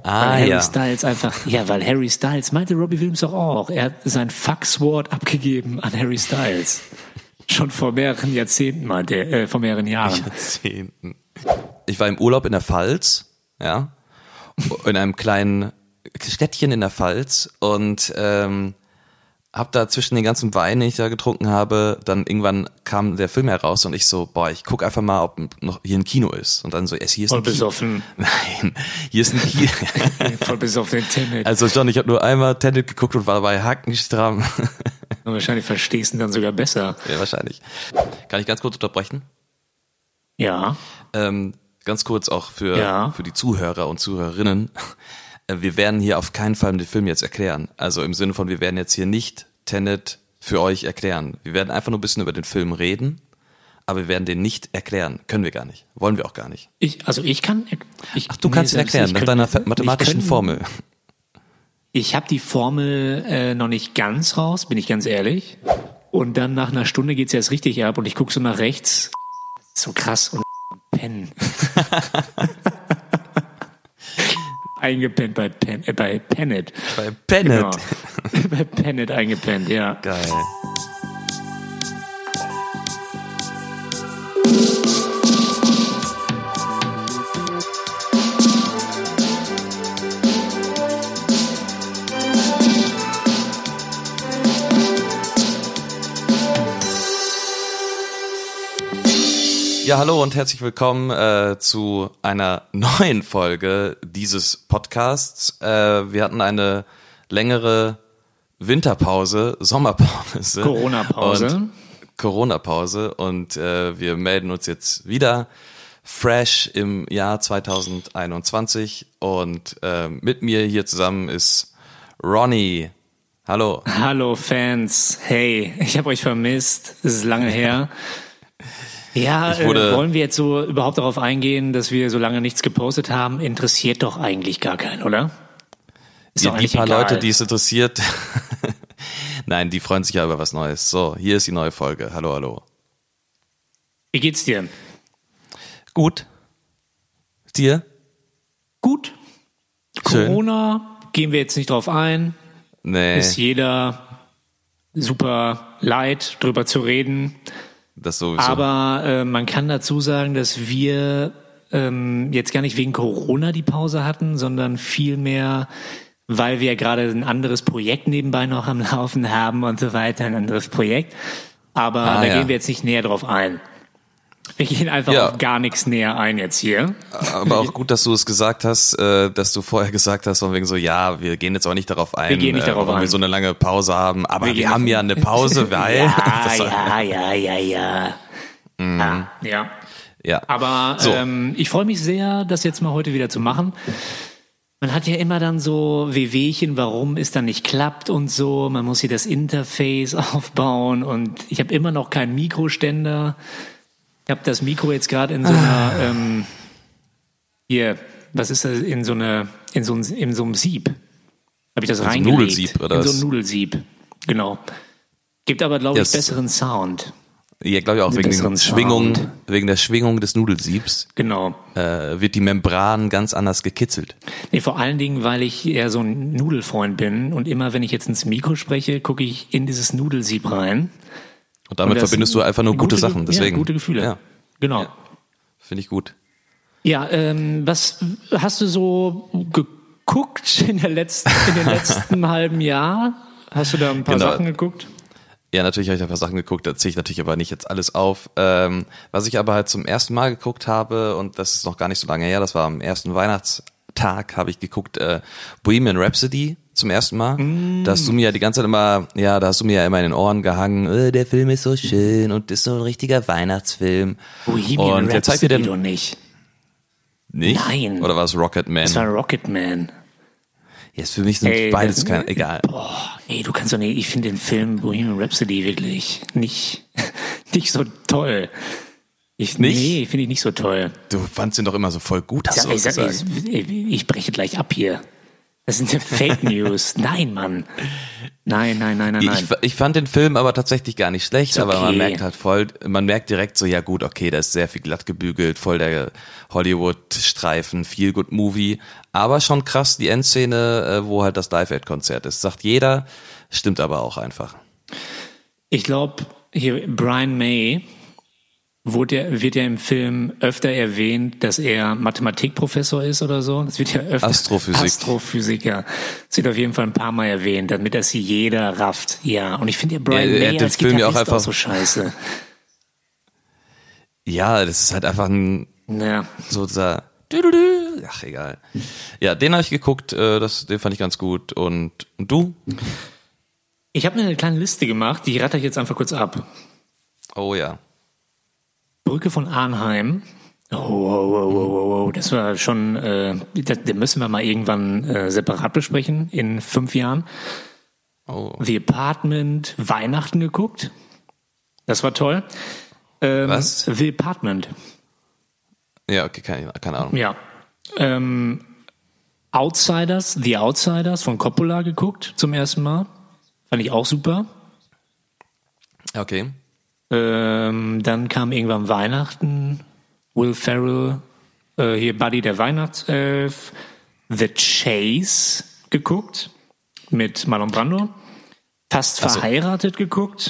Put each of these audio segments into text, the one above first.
Weil ja. Styles weil Harry Styles meinte Robbie Williams doch auch. Er hat sein Fucksword abgegeben an Harry Styles. Schon vor mehreren Jahrzehnten, meinte er, vor mehreren Jahren. Jahrzehnten. Ich war im Urlaub in der Pfalz, ja, in einem kleinen Städtchen in der Pfalz und hab da zwischen den ganzen Wein, den ich da getrunken habe, dann irgendwann kam der Film heraus und ich so, ich guck einfach mal, ob noch hier ein Kino ist. Und dann so, hier ist Voll ein Kino. besoffen. Nein, hier ist ein Kino. Voll besoffen in Tenet. Also John, ich habe nur einmal Tenet geguckt und war dabei hackenstramm. Und wahrscheinlich verstehst du ihn dann sogar besser. Ja, wahrscheinlich. Kann ich ganz kurz unterbrechen? Ja. Ganz kurz auch für die Zuhörer und Zuhörerinnen. Wir werden hier auf keinen Fall den Film jetzt erklären. Also im Sinne von, wir werden jetzt hier nicht Tenet für euch erklären. Wir werden einfach nur ein bisschen über den Film reden, aber wir werden den nicht erklären. Können wir gar nicht. Wollen wir auch gar nicht. Du kannst ihn erklären nach deiner mathematischen Formel. Ich habe die Formel noch nicht ganz raus, bin ich ganz ehrlich. Und dann nach einer Stunde geht's erst richtig ab und ich gucke so nach rechts. So krass und pennen. Eingepennt bei Tenet. Bei Tenet. Genau. Bei Tenet eingepennt, ja. Geil. Ja, hallo und herzlich willkommen zu einer neuen Folge dieses Podcasts. Wir hatten eine längere Winterpause, Sommerpause. Corona-Pause und wir melden uns jetzt wieder fresh im Jahr 2021 und mit mir hier zusammen ist Ronny. Hallo. Hallo Fans. Hey, ich habe euch vermisst. Es ist lange her. Ja, wollen wir jetzt so überhaupt darauf eingehen, dass wir so lange nichts gepostet haben? Interessiert doch eigentlich gar keinen, oder? Ist die paar egal. Leute, die es interessiert, nein, die freuen sich ja über was Neues. So, hier ist die neue Folge. Hallo, hallo. Wie geht's dir? Gut. Dir? Gut. Schön. Corona, gehen wir jetzt nicht drauf ein. Nee. Ist jeder super leid, drüber zu reden. Das sowieso. Aber man kann dazu sagen, dass wir jetzt gar nicht wegen Corona die Pause hatten, sondern vielmehr, weil wir gerade ein anderes Projekt nebenbei noch am Laufen haben und so weiter, ein anderes Projekt. Aber gehen wir jetzt nicht näher drauf ein. Wir gehen einfach auf gar nichts näher ein jetzt hier. Aber auch gut, dass du es gesagt hast, dass du vorher gesagt hast, von wegen so, ja, wir gehen jetzt auch nicht darauf ein, warum wir so eine lange Pause haben. Aber wir haben ja eine Pause, weil... Ja. Aber so. Ich freue mich sehr, das jetzt mal heute wieder zu machen. Man hat ja immer dann so Wehwehchen, warum es dann nicht klappt und so. Man muss hier das Interface aufbauen und ich habe immer noch keinen Mikroständer. Ich habe das Mikro jetzt gerade in so einer, was ist das, in so einem Sieb. Habe ich das reingelegt. Nudelsieb, oder? In so ein Nudelsieb, genau. Gibt aber, glaube ich, besseren Sound. Ja, glaube ich auch, wegen der Schwingung des Nudelsiebs. Genau. Wird die Membran ganz anders gekitzelt. Nee, vor allen Dingen, weil ich eher so ein Nudelfreund bin und immer, wenn ich jetzt ins Mikro spreche, gucke ich in dieses Nudelsieb rein. Und damit verbindest du einfach nur gute Sachen, deswegen. Ja, gute Gefühle. Ja. Genau. Ja. Finde ich gut. Ja, was hast du so geguckt in den letzten halben Jahr? Hast du da ein paar Sachen geguckt? Ja, natürlich habe ich ein paar Sachen geguckt, da zähle ich natürlich aber nicht jetzt alles auf. Was ich aber halt zum ersten Mal geguckt habe, und das ist noch gar nicht so lange her, das war am ersten Weihnachtstag, habe ich geguckt, Bohemian Rhapsody zum ersten Mal. Da hast du mir ja die ganze Zeit immer, da hast du mir ja immer in den Ohren gehangen, der Film ist so schön und ist so ein richtiger Weihnachtsfilm. Bohemian und Rhapsody zeigt mir doch nicht. Nicht? Nein. Oder war es Rocketman? Das war Rocketman. Jetzt für mich sind beides egal. Boah, nee, du kannst doch nicht, ich finde den Film Bohemian Rhapsody wirklich nicht so toll. Nee, finde ich nicht so toll. Du fandst ihn doch immer so voll gut, hast du gesagt. Ich breche gleich ab hier. Das sind Fake News. Nein, Mann. Nein. Ich fand den Film aber tatsächlich gar nicht schlecht, Okay. aber man merkt direkt so, ja gut, okay, da ist sehr viel glatt gebügelt, voll der Hollywood-Streifen, Feel-Good-Movie, aber schon krass die Endszene, wo halt das Live-Aid-Konzert ist. Sagt jeder, stimmt aber auch einfach. Ich glaube, hier Brian May wird ja im Film öfter erwähnt, dass er Mathematikprofessor ist oder so. Das wird ja öfter Astrophysiker. Das wird auf jeden Fall ein paar Mal erwähnt, damit das jeder rafft. Ja, und ich finde ja Brian May als Film ja auch Gitarrist einfach auch so scheiße. Ja, das ist halt einfach ein so dieser ach, egal. Ja, den habe ich geguckt, den fand ich ganz gut. Und du? Ich habe mir eine kleine Liste gemacht, die ratter ich jetzt einfach kurz ab. Oh ja. Brücke von Arnheim. Oh, das war schon, den müssen wir mal irgendwann separat besprechen, in 5 Jahren. Oh. The Apartment, Weihnachten geguckt. Das war toll. Was? The Apartment. Ja, okay, keine Ahnung. Ja. The Outsiders von Coppola geguckt zum ersten Mal. Fand ich auch super. Okay. Dann kam irgendwann Weihnachten, Will Ferrell, hier Buddy der Weihnachtself, The Chase geguckt mit Marlon Brando, Fast verheiratet geguckt.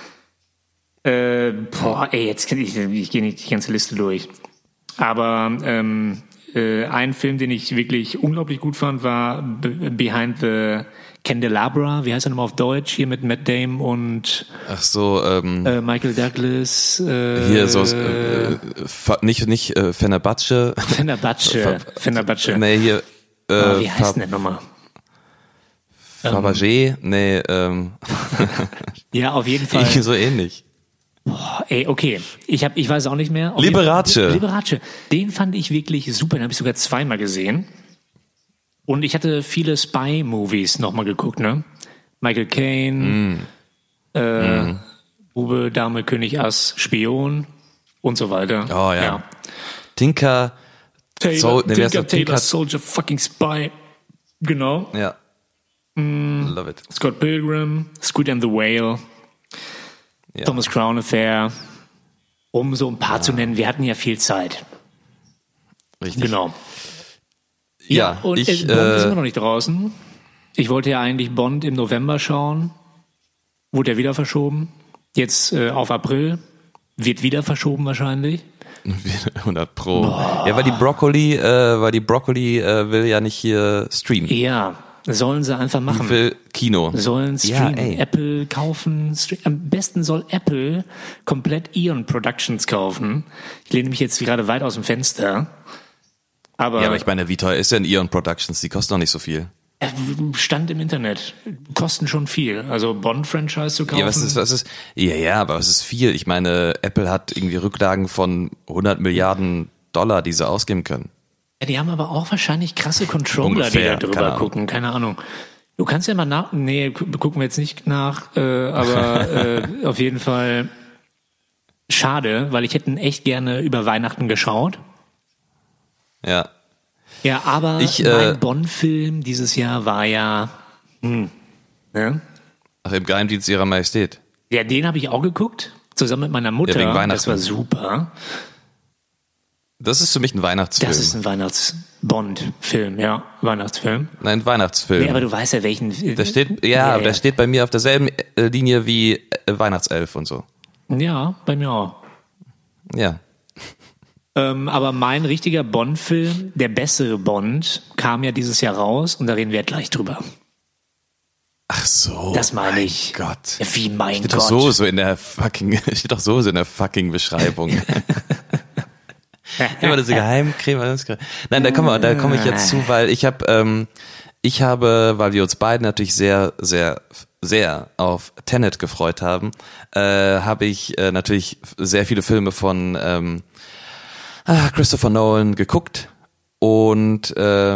Jetzt ich gehe nicht die ganze Liste durch. Aber ein Film, den ich wirklich unglaublich gut fand, war Behind the Candelabra, wie heißt er nochmal auf Deutsch, hier mit Matt Damon und Ach so, Michael Douglas. Hier so nicht Fenerbahce. Fenerbahce. Nee, hier wie heißt denn der nochmal? Fabergé? Nee, ja, auf jeden Fall. so ähnlich. Boah, okay. Ich weiß auch nicht mehr. Liberace. Den fand ich wirklich super. Den habe ich sogar 2-mal gesehen. Und ich hatte viele Spy-Movies nochmal geguckt, ne? Michael Caine, Bube, Dame, König, Ass, Spion und so weiter. Oh ja. Tinker Taylor, Soldier, fucking Spy. Genau. Ja. Love it. Scott Pilgrim, Squid and the Whale, Ja. Thomas Crown Affair, um so ein paar zu nennen. Wir hatten ja viel Zeit. Richtig. Genau. Ja, und Bond ist immer noch nicht draußen. Ich wollte ja eigentlich Bond im November schauen. Wurde ja wieder verschoben. Jetzt auf April. Wird wieder verschoben wahrscheinlich. 100 Pro. Boah. Ja, weil die Broccoli will ja nicht hier streamen. Ja, sollen sie einfach machen. Die will Kino. Sollen streamen. Ja, Apple kaufen. Am besten soll Apple komplett Eon Productions kaufen. Ich lehne mich jetzt gerade weit aus dem Fenster. Aber ich meine, wie teuer ist denn Eon Productions? Die kosten doch nicht so viel. Stand im Internet. Kosten schon viel. Also Bond-Franchise zu kaufen. Ja, was ist? Ja, aber was ist viel? Ich meine, Apple hat irgendwie Rücklagen von 100 Milliarden $, die sie ausgeben können. Ja, die haben aber auch wahrscheinlich krasse Controller, Ungefähr, die da drüber gucken. Keine Ahnung. Du kannst ja mal gucken wir jetzt nicht nach, aber auf jeden Fall schade, weil ich hätte ihn echt gerne über Weihnachten geschaut. Ja. Ja, aber mein Bond-Film dieses Jahr war ja, ne? Ach, im Geheimdienst ihrer Majestät. Ja, den habe ich auch geguckt, zusammen mit meiner Mutter. Ja, wegen Weihnachten. Das war super. Das ist für mich ein Weihnachtsfilm. Das ist ein Weihnachts-Bond-Film, ja, Weihnachtsfilm. Nein, ein Weihnachtsfilm. Ja, aber du weißt ja, welchen. Der steht bei mir auf derselben Linie wie Weihnachtself und so. Ja, bei mir auch. Ja. Aber mein richtiger Bond-Film, der bessere Bond, kam ja dieses Jahr raus und da reden wir ja gleich drüber. Ach so. Das meine ich. Mein Gott. Wie mein steht Gott. Steht doch so in der fucking Beschreibung. Immer diese Geheimcreme. Nein, da komme ich jetzt zu, weil ich habe, weil wir uns beiden natürlich sehr, sehr, sehr auf Tenet gefreut haben, habe ich natürlich sehr viele Filme von Christopher Nolan geguckt. Und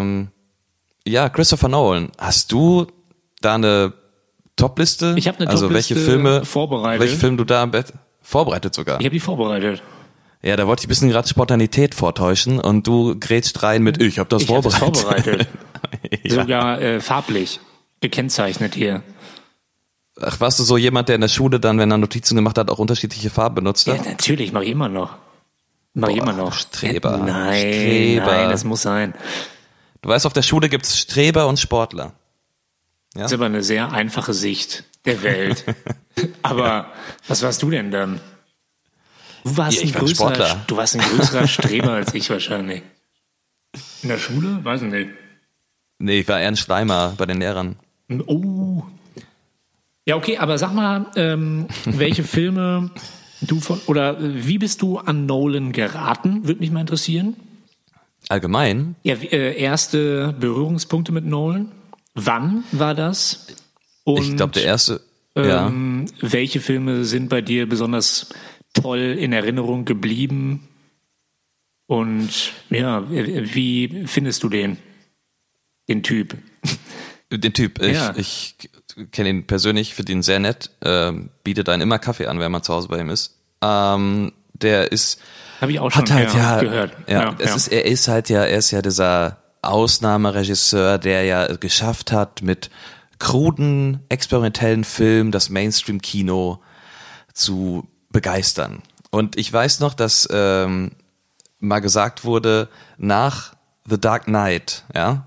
Christopher Nolan, hast du da eine Topliste? Ich habe eine Topliste welche Filme vorbereitet. Welche Filme du da vorbereitet sogar? Ich habe die vorbereitet. Ja, da wollte ich ein bisschen gerade Spontanität vortäuschen und du grätschst rein mit, ich habe das vorbereitet. Ja. Sogar farblich gekennzeichnet hier. Ach, warst du so jemand, der in der Schule dann, wenn er Notizen gemacht hat, auch unterschiedliche Farben benutzt hat? Ja, natürlich, mache ich immer noch. Streber. Nein, das muss sein. Du weißt, auf der Schule gibt's Streber und Sportler. Ja? Das ist aber eine sehr einfache Sicht der Welt. Aber was warst du denn dann? Du warst Ich war ein Sportler. Du warst ein größerer Streber als ich wahrscheinlich. In der Schule? Weiß ich nicht. Nee, ich war eher ein Schleimer bei den Lehrern. Oh. Ja, okay, aber sag mal, welche Filme wie bist du an Nolan geraten? Würde mich mal interessieren. Allgemein? Ja, erste Berührungspunkte mit Nolan? Wann war das? Und Ich glaube, der erste, ja. welche Filme sind bei dir besonders toll in Erinnerung geblieben? Und ja, wie findest du den Typ? Den Typ, Ja. ich kenne ihn persönlich, finde ihn sehr nett, bietet einen immer Kaffee an, wenn man zu Hause bei ihm ist. Der ist, Habe ich auch schon gehört. er ist ja dieser Ausnahmeregisseur, der ja geschafft hat, mit kruden, experimentellen Filmen das Mainstream-Kino zu begeistern. Und ich weiß noch, dass mal gesagt wurde, nach The Dark Knight, ja,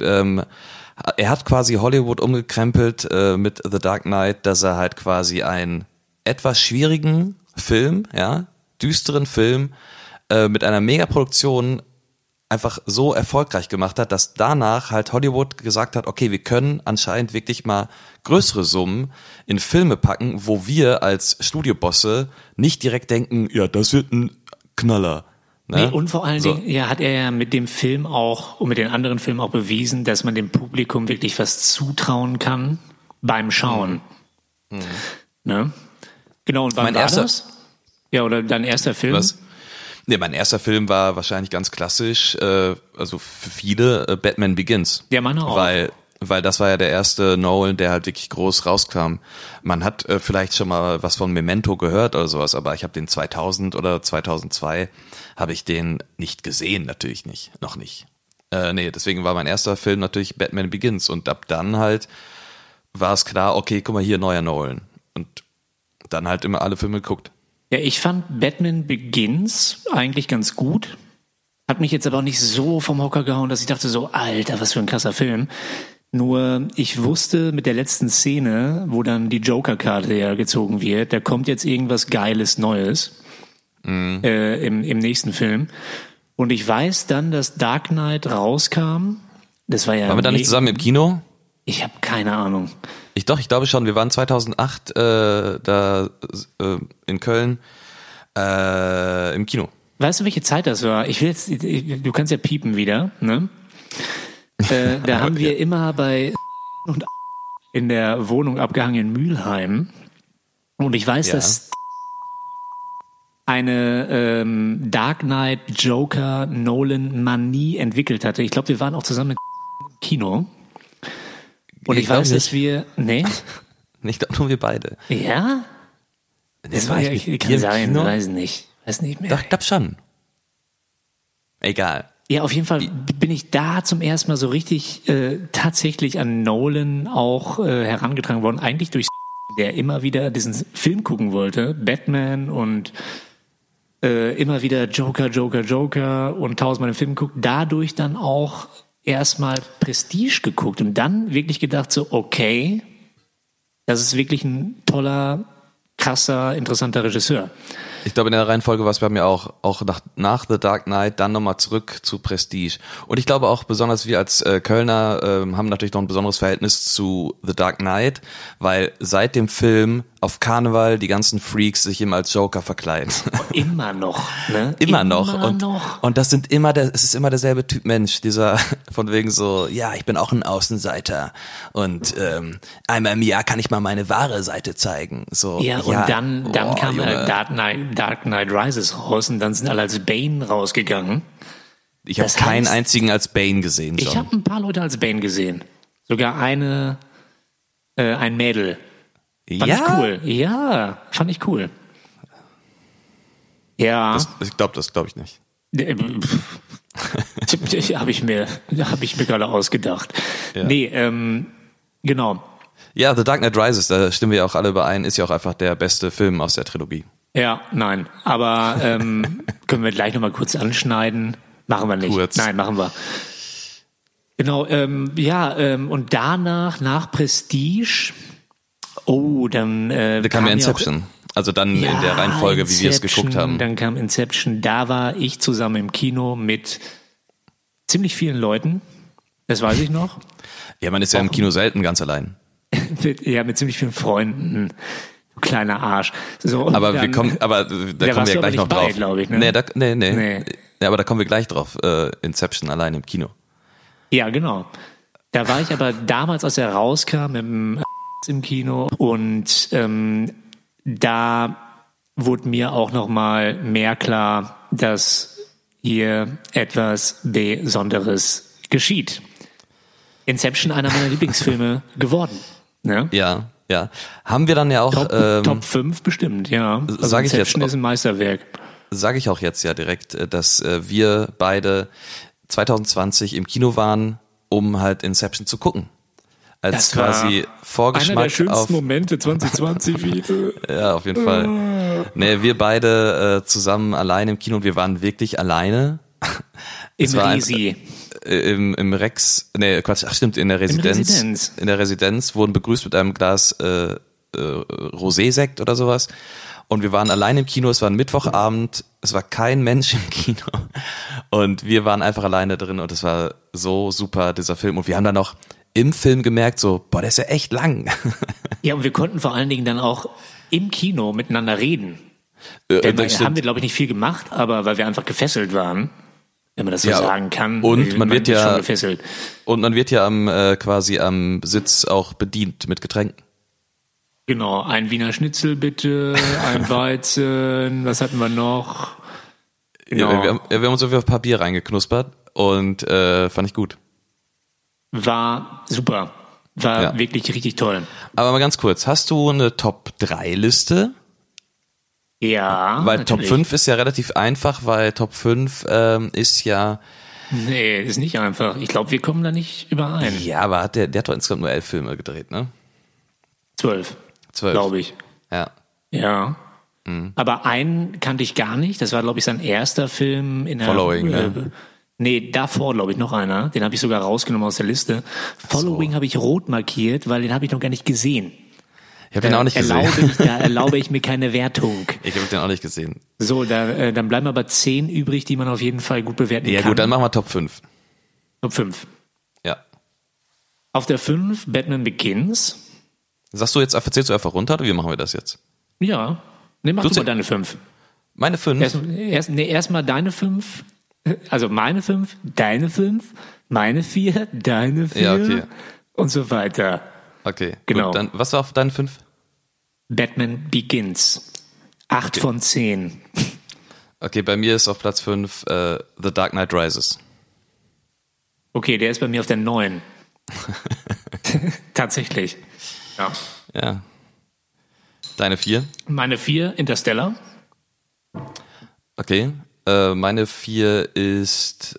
er hat quasi Hollywood umgekrempelt mit The Dark Knight, dass er halt quasi einen etwas schwierigen Film, ja, düsteren Film mit einer Megaproduktion einfach so erfolgreich gemacht hat, dass danach halt Hollywood gesagt hat, okay, wir können anscheinend wirklich mal größere Summen in Filme packen, wo wir als Studiobosse nicht direkt denken, ja, das wird ein Knaller. Ne? Nee, und vor allen Dingen hat er ja mit dem Film auch und mit den anderen Filmen auch bewiesen, dass man dem Publikum wirklich was zutrauen kann beim Schauen. Ne? Genau, und wann war das? Ja, oder dein erster Film? Was? Nee, mein erster Film war wahrscheinlich ganz klassisch, also für viele Batman Begins. Ja, meiner auch. Weil das war ja der erste Nolan, der halt wirklich groß rauskam. Man hat vielleicht schon mal was von Memento gehört oder sowas, aber ich habe den 2000 oder 2002 habe ich den nicht gesehen, natürlich nicht, noch nicht. Nee, deswegen war mein erster Film natürlich Batman Begins und ab dann halt war es klar, okay, guck mal hier, neuer Nolan. Und dann halt immer alle Filme geguckt. Ja, ich fand Batman Begins eigentlich ganz gut. Hat mich jetzt aber auch nicht so vom Hocker gehauen, dass ich dachte so, Alter, was für ein krasser Film. Nur ich wusste mit der letzten Szene, wo dann die Joker-Karte ja gezogen wird, da kommt jetzt irgendwas Geiles Neues im nächsten Film. Und ich weiß dann, dass Dark Knight rauskam. Das war ja. Waren wir da nicht zusammen im Kino? Ich habe keine Ahnung. Ich glaube schon. Wir waren 2008 da in Köln im Kino. Weißt du, welche Zeit das war? Du kannst ja piepen wieder, ne? Da haben wir immer bei und in der Wohnung abgehangen in Mülheim. Und ich weiß, dass eine Dark Knight Joker Nolan Manie entwickelt hatte. Ich glaube, wir waren auch zusammen im Kino. Und ich weiß, dass wir... Nee? Nicht nur wir beide. Ja? Das war ja, kann sein, weiß nicht mehr. Doch, ich glaube schon. Egal. Ja, auf jeden Fall bin ich da zum ersten Mal so richtig tatsächlich an Nolan auch herangetragen worden. Eigentlich durch der immer wieder diesen Film gucken wollte. Batman und immer wieder Joker und tausendmal den Film guckt. Dadurch dann auch erstmal Prestige geguckt und dann wirklich gedacht so, okay, das ist wirklich ein toller, krasser, interessanter Regisseur. Ich glaube, in der Reihenfolge war es bei mir auch nach The Dark Knight, dann nochmal zurück zu Prestige. Und ich glaube auch besonders wir als Kölner haben natürlich noch ein besonderes Verhältnis zu The Dark Knight, weil seit dem Film auf Karneval die ganzen Freaks sich immer als Joker verkleiden. Immer noch, ne? Immer noch. Und das sind es ist immer derselbe Typ Mensch, dieser von wegen so, ja, ich bin auch ein Außenseiter und einmal im Jahr kann ich mal meine wahre Seite zeigen. So, ja, und dann kam Dark Knight Rises raus und dann sind alle als Bane rausgegangen. Ich habe keinen einzigen als Bane gesehen. John. Ich habe ein paar Leute als Bane gesehen. Sogar ein Mädel. Fand ich cool. Ja, fand ich cool. Ja. Das glaube ich nicht. habe ich mir gerade ausgedacht. Ja. Nee, genau. Ja, The Dark Knight Rises, da stimmen wir auch alle überein, ist ja auch einfach der beste Film aus der Trilogie. Ja, nein. Aber können wir gleich nochmal kurz anschneiden? Machen wir nicht. Kurz. Nein, machen wir. Genau, und danach, nach Prestige, dann Da kam ja Inception. Also dann in der Reihenfolge, wie wir es geguckt haben. Dann kam Inception, da war ich zusammen im Kino mit ziemlich vielen Leuten, das weiß ich noch. Ja, man ist ja im Kino selten ganz allein. mit ziemlich vielen Freunden. Du kleiner Arsch. So, Aber dann, da kommen wir ja gleich noch drauf. Glaube ich, ne? Nee. Ja, aber da kommen wir gleich drauf. Inception allein im Kino. Ja, genau. Da war ich aber damals, als er rauskam, im Kino und da wurde mir auch noch mal mehr klar, dass hier etwas Besonderes geschieht. Inception, einer meiner Lieblingsfilme geworden. Ne? Ja. Haben wir dann ja auch... Top 5 bestimmt, ja. Also sag ich Inception jetzt ist ein Meisterwerk. Sage ich auch jetzt ja direkt, dass wir beide 2020 im Kino waren, um halt Inception zu gucken. Als Das war quasi Vorgeschmack einer der schönsten auf... Momente 2020, Vite. Ja, auf jeden Fall. Nee, wir beide zusammen alleine im Kino und wir waren wirklich alleine. Im Resi. Im Rex, in der Residenz. In der Residenz wurden begrüßt mit einem Glas Rosé-Sekt oder sowas. Und wir waren allein im Kino, es war ein Mittwochabend, es war kein Mensch im Kino. Und wir waren einfach alleine drin und es war so super, dieser Film. Und wir haben dann auch im Film gemerkt, so, boah, der ist ja echt lang. Ja, und wir konnten vor allen Dingen dann auch im Kino miteinander reden. Denn Haben wir, glaube ich, nicht viel gemacht, aber weil wir einfach gefesselt waren. Wenn man das so sagen kann. Und man wird ja schon gefesselt. Und man wird ja quasi am Sitz auch bedient mit Getränken. Genau, ein Wiener Schnitzel bitte, ein Weizen, was hatten wir noch? Genau. Ja, wir haben uns auf ein paar Bier reingeknuspert und fand ich gut. War super. War wirklich richtig toll. Aber mal ganz kurz, hast du eine Top-3-Liste? Ja, weil natürlich. Top 5 ist ja relativ einfach, weil Top 5 ist ja... Nee, ist nicht einfach. Ich glaube, wir kommen da nicht überein. Ja, aber der hat doch insgesamt nur 11 Filme gedreht, ne? 12, glaube ich. Ja. Ja. Aber einen kannte ich gar nicht. Das war, glaube ich, sein erster Film in der... Following, ne? Nee, davor, glaube ich, noch einer. Den habe ich sogar rausgenommen aus der Liste. Following habe ich rot markiert, weil den habe ich noch gar nicht gesehen. Ich habe den auch nicht gesehen. Erlaube ich mir keine Wertung. Ich habe den auch nicht gesehen. So, dann bleiben aber 10 übrig, die man auf jeden Fall gut bewerten kann. Ja gut, dann machen wir Top 5. Top 5. Ja. Auf der 5 Batman Begins. Erzählst du einfach runter oder wie machen wir das jetzt? Ja. Nee, mach du mal deine 5. Meine 5? Erstmal deine 5. Also meine 5, deine 5, meine 4, deine 4 ja, okay. Und so weiter. Okay, genau. Gut, dann, was war auf deinen 5? Batman Begins. 8 von 10. Okay, bei mir ist auf Platz 5 The Dark Knight Rises. Okay, der ist bei mir auf der 9. Tatsächlich. Ja. Deine 4? Meine 4, Interstellar. Okay. Meine 4 ist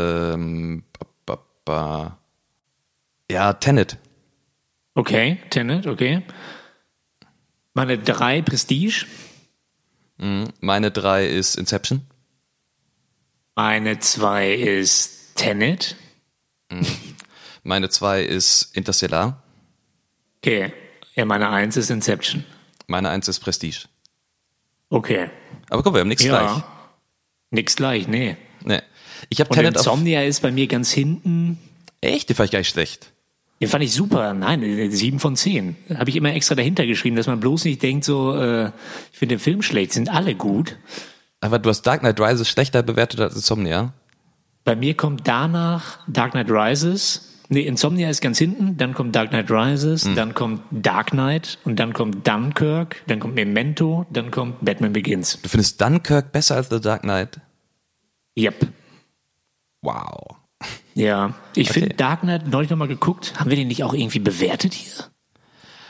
Tenet. Okay, Tenet, okay. Meine 3, Prestige. Meine 3 ist Inception. Meine 2 ist Tenet. Meine 2 ist Interstellar. Okay. Ja, meine 1 ist Inception. Meine 1 ist Prestige. Okay. Aber guck, wir haben nichts gleich. Nix gleich, nee. Ich habe Und Tenet Insomnia ist bei mir ganz hinten. Echt? Die fand ich gar nicht schlecht. Den fand ich super. Nein, 7 von 10. Habe ich immer extra dahinter geschrieben, dass man bloß nicht denkt, so, ich finde den Film schlecht. Sind alle gut. Aber du hast Dark Knight Rises schlechter bewertet als Insomnia? Bei mir kommt danach Dark Knight Rises. Nee, Insomnia ist ganz hinten. Dann kommt Dark Knight Rises. Dann kommt Dark Knight. Und dann kommt Dunkirk. Dann kommt Memento. Dann kommt Batman Begins. Du findest Dunkirk besser als The Dark Knight? Yep. Wow. Ja, ich finde Dark Knight, neulich nochmal geguckt, haben wir den nicht auch irgendwie bewertet hier?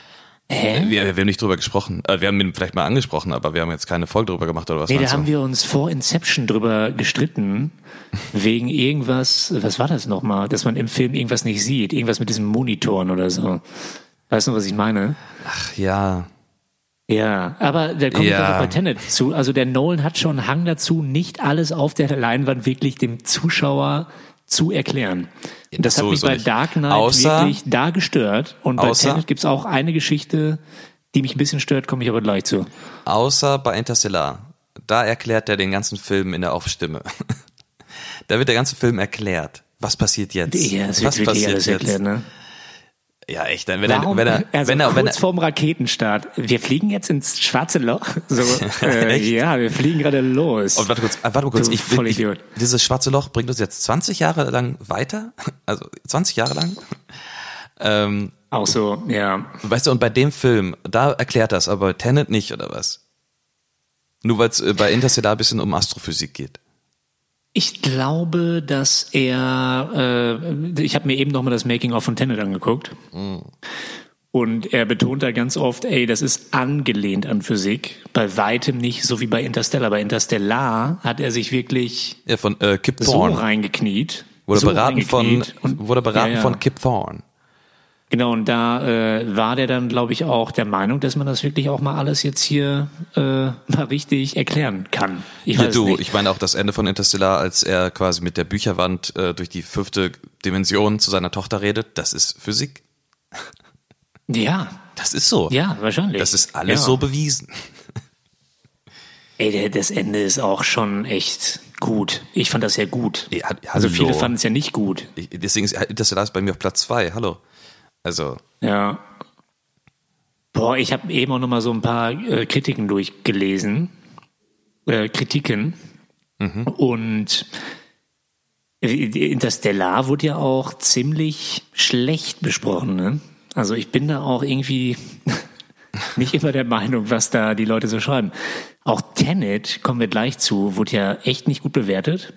Wir haben nicht drüber gesprochen. Wir haben ihn vielleicht mal angesprochen, aber wir haben jetzt keine Folge drüber gemacht oder was? Nee, da haben wir uns vor Inception drüber gestritten, wegen irgendwas, was war das nochmal, dass man im Film irgendwas nicht sieht, irgendwas mit diesen Monitoren oder so. Weißt du, was ich meine? Ach ja. Ja, aber da kommt ja bei Tenet zu. Also der Nolan hat schon einen Hang dazu, nicht alles auf der Leinwand wirklich dem Zuschauer zu erklären. Und das hat mich bei Dark Knight wirklich da gestört. Und bei Tenet gibt's auch eine Geschichte, die mich ein bisschen stört, komme ich aber gleich zu. Außer bei Interstellar. Da erklärt er den ganzen Film in der Off-Stimme. Da wird der ganze Film erklärt. Was passiert jetzt? Ja, es wird wirklich alles erklärt, ne? Ja, echt. Wenn er kurz vorm Raketenstart. Wir fliegen jetzt ins schwarze Loch. So, ja, wir fliegen gerade los. Und warte mal kurz. Dieses schwarze Loch bringt uns jetzt 20 Jahre lang weiter? Also 20 Jahre lang? Auch so, ja. Weißt du, und bei dem Film, da erklärt das, aber bei Tenet nicht, oder was? Nur weil es bei Interstellar ein bisschen um Astrophysik geht. Ich glaube, dass ich habe mir eben nochmal das Making-of von Tenet angeguckt. Und er betont da ganz oft, das ist angelehnt an Physik. Bei weitem nicht so wie bei Interstellar. Bei Interstellar hat er sich wirklich von Kip so Thorne reingekniet. Wurde beraten von Kip Thorne. Genau, und da war der dann, glaube ich, auch der Meinung, dass man das wirklich auch mal alles jetzt hier mal richtig erklären kann. Ich meine auch das Ende von Interstellar, als er quasi mit der Bücherwand durch die 5. Dimension zu seiner Tochter redet, das ist Physik. Ja. Das ist so. Ja, wahrscheinlich. Das ist alles so bewiesen. Das Ende ist auch schon echt gut. Ich fand das ja gut. Ja, also viele fanden es ja nicht gut. Deswegen ist Interstellar bei mir auf Platz 2. Hallo. Also. Ja. Boah, ich habe eben auch noch mal so ein paar Kritiken durchgelesen. Und Interstellar wurde ja auch ziemlich schlecht besprochen, ne? Also ich bin da auch irgendwie nicht immer der Meinung, was da die Leute so schreiben. Auch Tenet, kommen wir gleich zu, wurde ja echt nicht gut bewertet.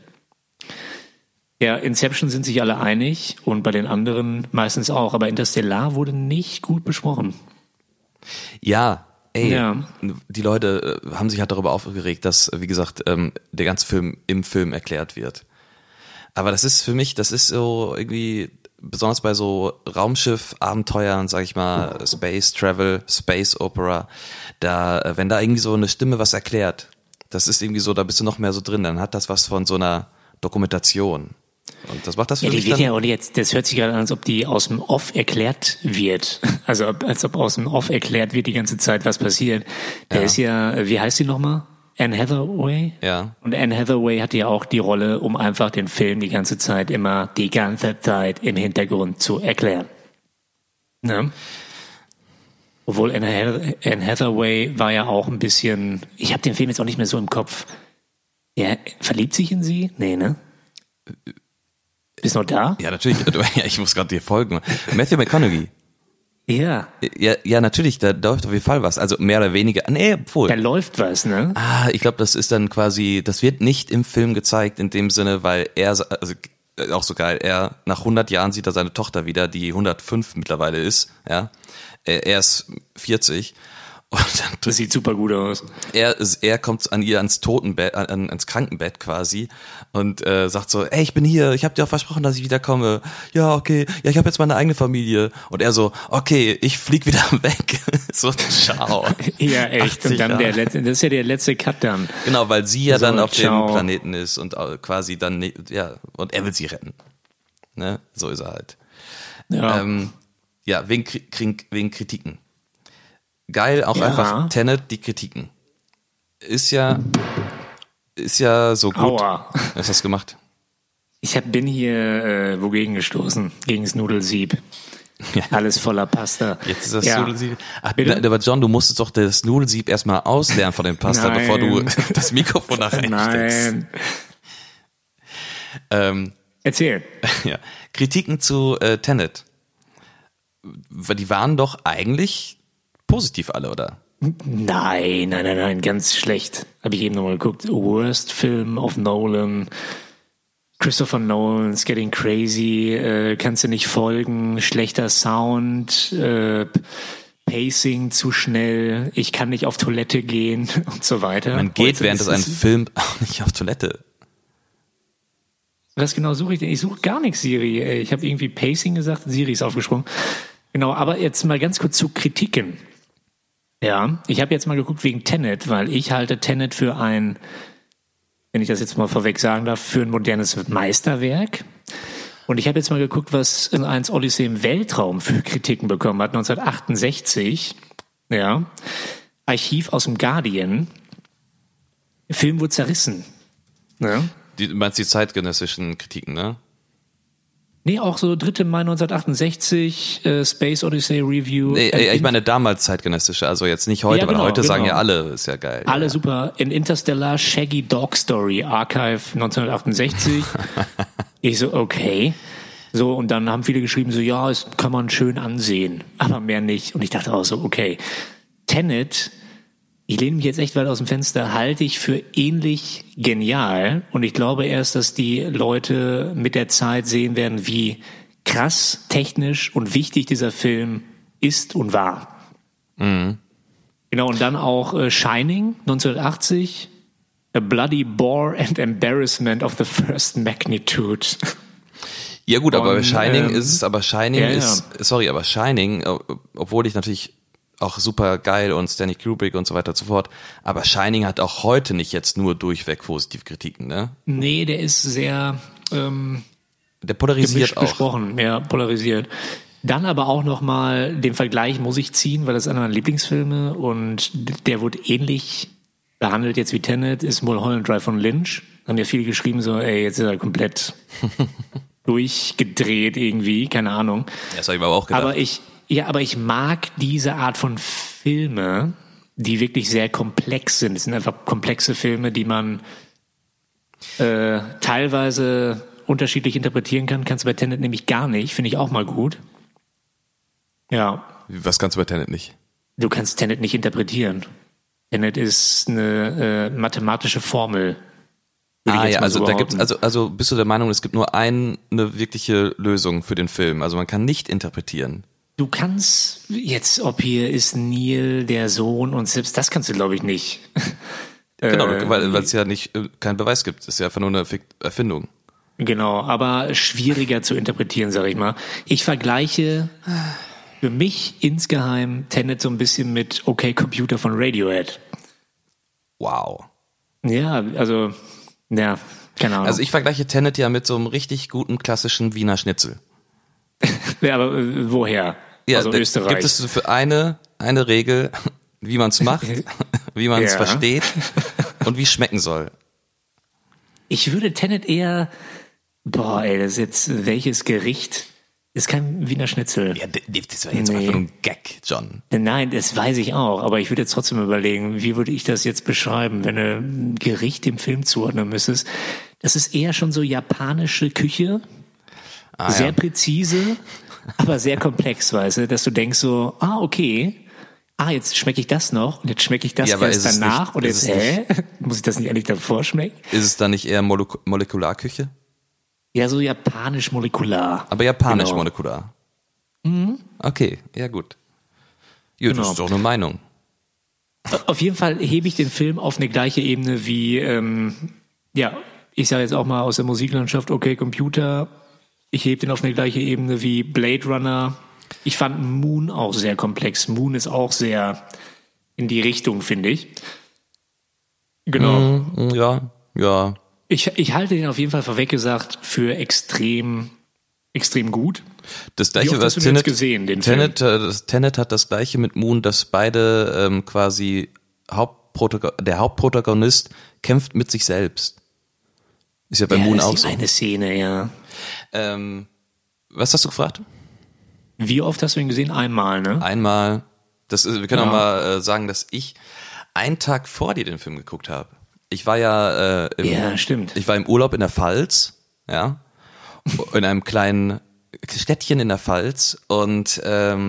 Ja, Inception sind sich alle einig und bei den anderen meistens auch, aber Interstellar wurde nicht gut besprochen. Ja, die Leute haben sich halt darüber aufgeregt, dass, wie gesagt, der ganze Film im Film erklärt wird. Aber das ist für mich, das ist so irgendwie, besonders bei so Raumschiff-Abenteuern, sag ich mal, Space Travel, Space Opera, da, wenn da irgendwie so eine Stimme was erklärt, das ist irgendwie so, da bist du noch mehr so drin, dann hat das was von so einer Dokumentation. Und das macht das für mich dann. Ja, und jetzt, das hört sich gerade an, als ob die aus dem Off erklärt wird. Also, als ob aus dem Off erklärt wird die ganze Zeit, was passiert. Der ist ja, wie heißt die nochmal? Anne Hathaway? Ja. Und Anne Hathaway hatte ja auch die Rolle, um einfach den Film die ganze Zeit im Hintergrund zu erklären. Ne? Obwohl Anne Hathaway war ja auch ein bisschen, ich habe den Film jetzt auch nicht mehr so im Kopf. Ja, verliebt sich in sie? Nee, ne? Bist du noch da? Ja, natürlich. Ja, ich muss gerade dir folgen. Matthew McConaughey. Ja. Ja, natürlich, da läuft auf jeden Fall was. Also mehr oder weniger. Nee, obwohl. Da läuft was, ne? Ich glaube, das ist dann quasi, das wird nicht im Film gezeigt in dem Sinne, weil er, also auch so geil, nach 100 Jahren sieht er seine Tochter wieder, die 105 mittlerweile ist, ja. Er ist 40. Und dann, das sieht super gut aus. Er kommt an ihr ans Totenbett, ans Krankenbett quasi und sagt so, ey, ich bin hier, ich habe dir auch versprochen, dass ich wiederkomme. Ja, okay, ja, ich habe jetzt meine eigene Familie. Und er so, okay, ich flieg wieder weg. So, ciao. Ja, echt. Und dann das ist ja der letzte Cut dann. Genau, weil sie ja so, dann auf dem Planeten ist und quasi dann, ja, und er will sie retten. Ne, so ist er halt. Ja, wegen Kritiken. Geil, auch einfach Tenet, die Kritiken. Ist ja so gut. Aua. Was hast du gemacht? Ich bin hier wogegen gestoßen? Gegen das Nudelsieb. Ja. Alles voller Pasta. Jetzt ist das Nudelsieb. Ach, aber John, du musstest doch das Nudelsieb erstmal auslernen von dem Pasta, bevor du das Mikrofon nachher Nein. Erzähl. Ja. Kritiken zu Tenet. Die waren doch eigentlich positiv alle, oder? Nein, ganz schlecht. Habe ich eben nochmal geguckt. Worst Film of Nolan. Christopher Nolan's Getting Crazy. Kannst du nicht folgen. Schlechter Sound. Pacing zu schnell, ich kann nicht auf Toilette gehen und so weiter. Man geht während es einen Film auch nicht auf Toilette. Was genau suche ich denn? Ich suche gar nichts, Siri. Ich habe irgendwie Pacing gesagt, Siri ist aufgesprungen. Genau, aber jetzt mal ganz kurz zu Kritiken. Ja, ich habe jetzt mal geguckt wegen Tenet, weil ich halte Tenet für ein, wenn ich das jetzt mal vorweg sagen darf, für ein modernes Meisterwerk. Und ich habe jetzt mal geguckt, was 1 Odyssee im Weltraum für Kritiken bekommen hat, 1968. Ja, Archiv aus dem Guardian. Der Film wurde zerrissen. Ja. Du meinst die zeitgenössischen Kritiken, ne? Nee, auch so 3. Mai 1968, Space Odyssey Review. Nee, ich meine damals zeitgenössische, also jetzt nicht heute, Ja, genau, weil heute sagen genau. ja alle, ist ja geil. Alle ja. super. In Interstellar, Shaggy Dog Story, Archive 1968. Ich so, okay. So, und dann haben viele geschrieben, so, ja, es kann man schön ansehen, aber mehr nicht. Und ich dachte auch so, okay. Tenet, ich lehne mich jetzt echt weit aus dem Fenster, halte ich für ähnlich genial. Und ich glaube erst, dass die Leute mit der Zeit sehen werden, wie krass, technisch und wichtig dieser Film ist und war. Mhm. Genau, und dann auch Shining, 1980. A bloody bore and embarrassment of the first magnitude. Ja gut, aber Und, Shining ist, ja. sorry, aber Shining, obwohl ich natürlich auch super geil und Stanley Kubrick und so weiter und so fort, aber Shining hat auch heute nicht jetzt nur durchweg positive Kritiken, ne? Nee, der ist sehr Der polarisiert auch. besprochen, ja, polarisiert. Dann aber auch nochmal den Vergleich muss ich ziehen, weil das ist einer meiner Lieblingsfilme und der wurde ähnlich behandelt jetzt wie Tenet, ist Mulholland Drive von Lynch. Haben ja viele geschrieben so, ey, jetzt ist er komplett durchgedreht irgendwie, keine Ahnung. Ja, das habe ich mir aber auch gedacht. Aber ich mag diese Art von Filme, die wirklich sehr komplex sind. Es sind einfach komplexe Filme, die man teilweise unterschiedlich interpretieren kann. Kannst du bei Tenet nämlich gar nicht, finde ich auch mal gut. Ja. Was kannst du bei Tenet nicht? Du kannst Tenet nicht interpretieren. Tenet ist eine mathematische Formel. Ja, also da gibt's, also bist du der Meinung, es gibt nur eine wirkliche Lösung für den Film? Also man kann nicht interpretieren. Du kannst jetzt, ob hier ist Neil der Sohn und selbst das kannst du, glaube ich, nicht. Genau, weil es ja nicht keinen Beweis gibt. Es ist ja einfach nur eine Erfindung. Genau, aber schwieriger zu interpretieren, sag ich mal. Ich vergleiche für mich insgeheim Tenet so ein bisschen mit Okay Computer von Radiohead. Wow. Ja, also, ja, keine Ahnung. Also ich vergleiche Tenet ja mit so einem richtig guten klassischen Wiener Schnitzel. Ja, aber woher? Ja, also Österreich. Gibt es für eine Regel, wie man es macht, wie man es versteht und wie es schmecken soll? Ich würde Tenet eher, das ist jetzt welches Gericht? Ist kein Wiener Schnitzel. Ja, das war jetzt einfach nur ein Gag, John. Nein, das weiß ich auch, aber ich würde jetzt trotzdem überlegen, wie würde ich das jetzt beschreiben, wenn du ein Gericht dem Film zuordnen müsstest. Das ist eher schon so japanische Küche, sehr präzise, aber sehr komplex, weißt du, dass du denkst so, okay, jetzt schmecke ich das noch und jetzt schmecke ich das erst danach nicht, und jetzt, muss ich das nicht eigentlich davor schmecken? Ist es dann nicht eher Molekularküche? Ja, so japanisch-molekular. Aber japanisch-molekular. Mhm. Okay, ja gut. Ja, das ist doch eine Meinung. Auf jeden Fall hebe ich den Film auf eine gleiche Ebene wie, ich sage jetzt auch mal aus der Musiklandschaft, Okay Computer. Ich hebe den auf eine gleiche Ebene wie Blade Runner. Ich fand Moon auch sehr komplex. Moon ist auch sehr in die Richtung, finde ich. Genau. Ja. Ich halte den auf jeden Fall vorweg gesagt für extrem, extrem gut. Das gleiche, was Tenet gesehen, den Film? Tenet hat das gleiche mit Moon, dass beide quasi der Hauptprotagonist kämpft mit sich selbst. Ist ja bei Moon auch so. Eine Szene, ja. Was hast du gefragt? Wie oft hast du ihn gesehen? Einmal, ne? Einmal. Wir können auch mal sagen, dass ich einen Tag vor dir den Film geguckt habe. Ich war stimmt. Ich war im Urlaub in der Pfalz, ja, in einem kleinen Städtchen in der Pfalz und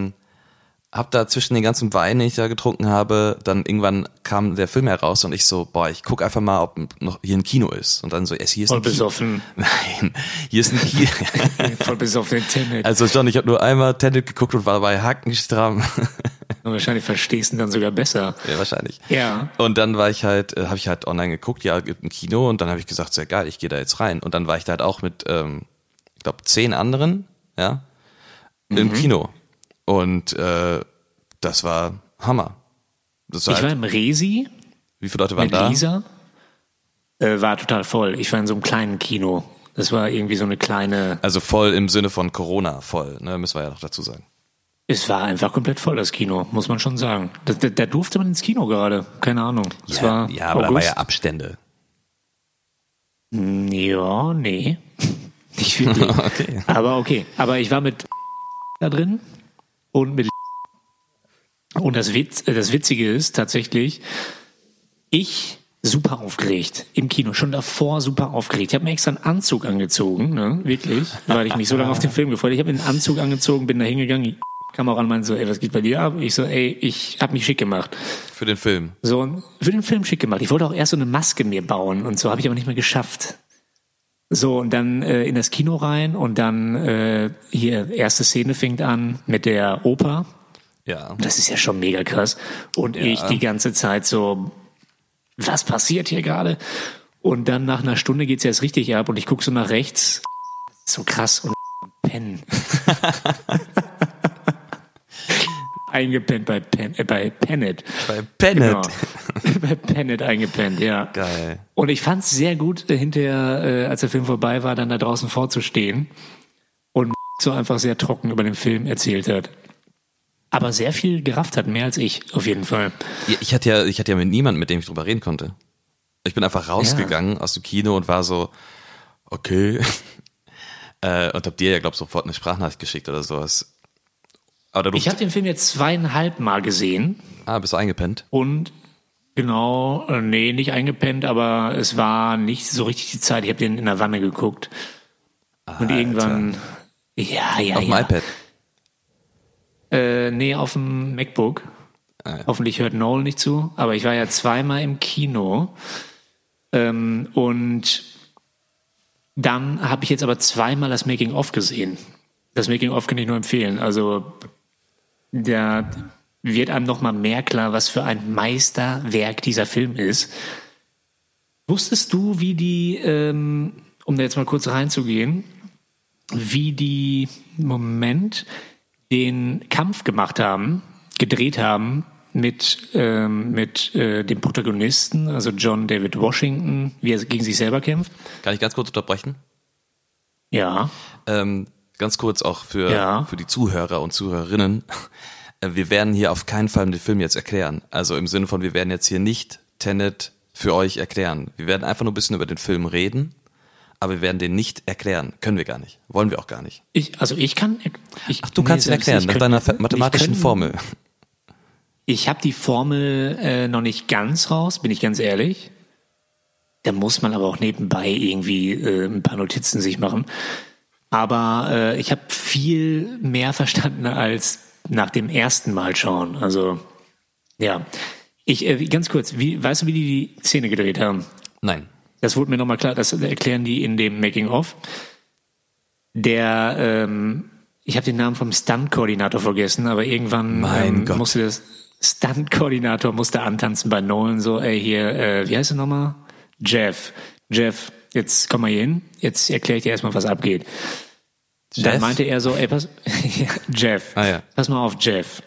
hab da zwischen den ganzen Weinen, die ich da getrunken habe, dann irgendwann kam der Film heraus und ich so, ich guck einfach mal, ob noch hier ein Kino ist. Und dann so, hier ist voll ein besoffen. Nein, hier ist ein Kino. Voll besoffen in Tenet. Also John, ich habe nur einmal Tenet geguckt und war dabei hackenstramm. Und wahrscheinlich verstehst du ihn dann sogar besser. Ja, wahrscheinlich. Ja. Und dann habe ich halt online geguckt, ja, gibt ein Kino und dann habe ich gesagt, sehr geil, ich gehe da jetzt rein. Und dann war ich da halt auch mit, ich glaube, 10 anderen, ja, im Kino. Und das war Hammer. Das war Ich war im Resi. Wie viele Leute waren mit da? Lisa. War total voll. Ich war in so einem kleinen Kino. Das war irgendwie so eine kleine... Also voll im Sinne von Corona voll, ne, müssen wir ja noch dazu sagen. Es war einfach komplett voll, das Kino, muss man schon sagen. Da durfte man ins Kino gerade, keine Ahnung. Es war aber da war ja Abstände. Ja, nee. Nicht wirklich. Okay. Aber okay. Aber ich war mit da drin und mit und das Witzige ist tatsächlich, ich super aufgeregt im Kino, schon davor super aufgeregt. Ich habe mir extra einen Anzug angezogen, ne, wirklich, weil ich mich so lange auf den Film gefreut habe. Ich habe einen Anzug angezogen, bin da hingegangen, kam auch an, meinte so, ey, was geht bei dir ab? Ich so, ey, ich habe mich schick gemacht. Für den Film? So, für den Film schick gemacht. Ich wollte auch erst so eine Maske mir bauen und so, habe ich aber nicht mehr geschafft. So, und dann in das Kino rein und dann hier, erste Szene fängt an mit der Oper. Ja. Das ist ja schon mega krass. Und ich die ganze Zeit so, was passiert hier gerade? Und dann nach einer Stunde geht's erst richtig ab und ich gucke so nach rechts. So krass und pennen. Eingepennt bei Pennant. Bei Pennant. Genau. Bei Pennant eingepennt, ja. Geil. Und ich fand's sehr gut, hinterher, als der Film vorbei war, dann da draußen vorzustehen und so einfach sehr trocken über den Film erzählt hat. Aber sehr viel gerafft hat, mehr als ich, auf jeden Fall. Ja, ich hatte ja mit niemandem, mit dem ich drüber reden konnte. Ich bin einfach rausgegangen aus dem Kino und war so, okay. Und hab dir ja, glaube ich, sofort eine Sprachnachricht geschickt oder sowas. Aber ich habe den Film jetzt 2,5 Mal gesehen. Bist du eingepennt? Und genau, nee, nicht eingepennt, aber es war nicht so richtig die Zeit. Ich habe den in der Wanne geguckt. Und irgendwann, ja. Auf dem iPad? Nee, auf dem MacBook. Hoffentlich hört Noel nicht zu. Aber ich war ja 2-mal im Kino. Und dann habe ich jetzt aber 2-mal das Making-of gesehen. Das Making-of kann ich nur empfehlen. Also da wird einem noch mal mehr klar, was für ein Meisterwerk dieser Film ist. Wusstest du, wie die, um da jetzt mal kurz reinzugehen, wie die den Kampf gedreht haben mit dem Protagonisten, also John David Washington, wie er gegen sich selber kämpft? Kann ich ganz kurz unterbrechen? Ja. Ganz kurz auch für die Zuhörer und Zuhörerinnen. Wir werden hier auf keinen Fall den Film jetzt erklären. Also im Sinne von, wir werden jetzt hier nicht Tenet für euch erklären. Wir werden einfach nur ein bisschen über den Film reden, aber wir werden den nicht erklären. Können wir gar nicht. Wollen wir auch gar nicht. Du kannst ihn erklären mit deiner mathematischen Formel. Ich habe die Formel noch nicht ganz raus, bin ich ganz ehrlich. Da muss man aber auch nebenbei irgendwie ein paar Notizen sich machen. Aber ich habe viel mehr verstanden als nach dem ersten Mal schauen. Also, ja. Ganz kurz, weißt du, wie die Szene gedreht haben? Nein. Das wurde mir nochmal klar, das erklären die in dem Making-of. Ich habe den Namen vom Stunt-Koordinator vergessen, aber irgendwann musste das Stunt-Koordinator antanzen bei Nolan, so, ey, hier, wie heißt er nochmal? Jeff, jetzt komm mal hier hin, jetzt erkläre ich dir erstmal, was abgeht. Jeff? Dann meinte er so, ey, Jeff, pass mal auf, Jeff.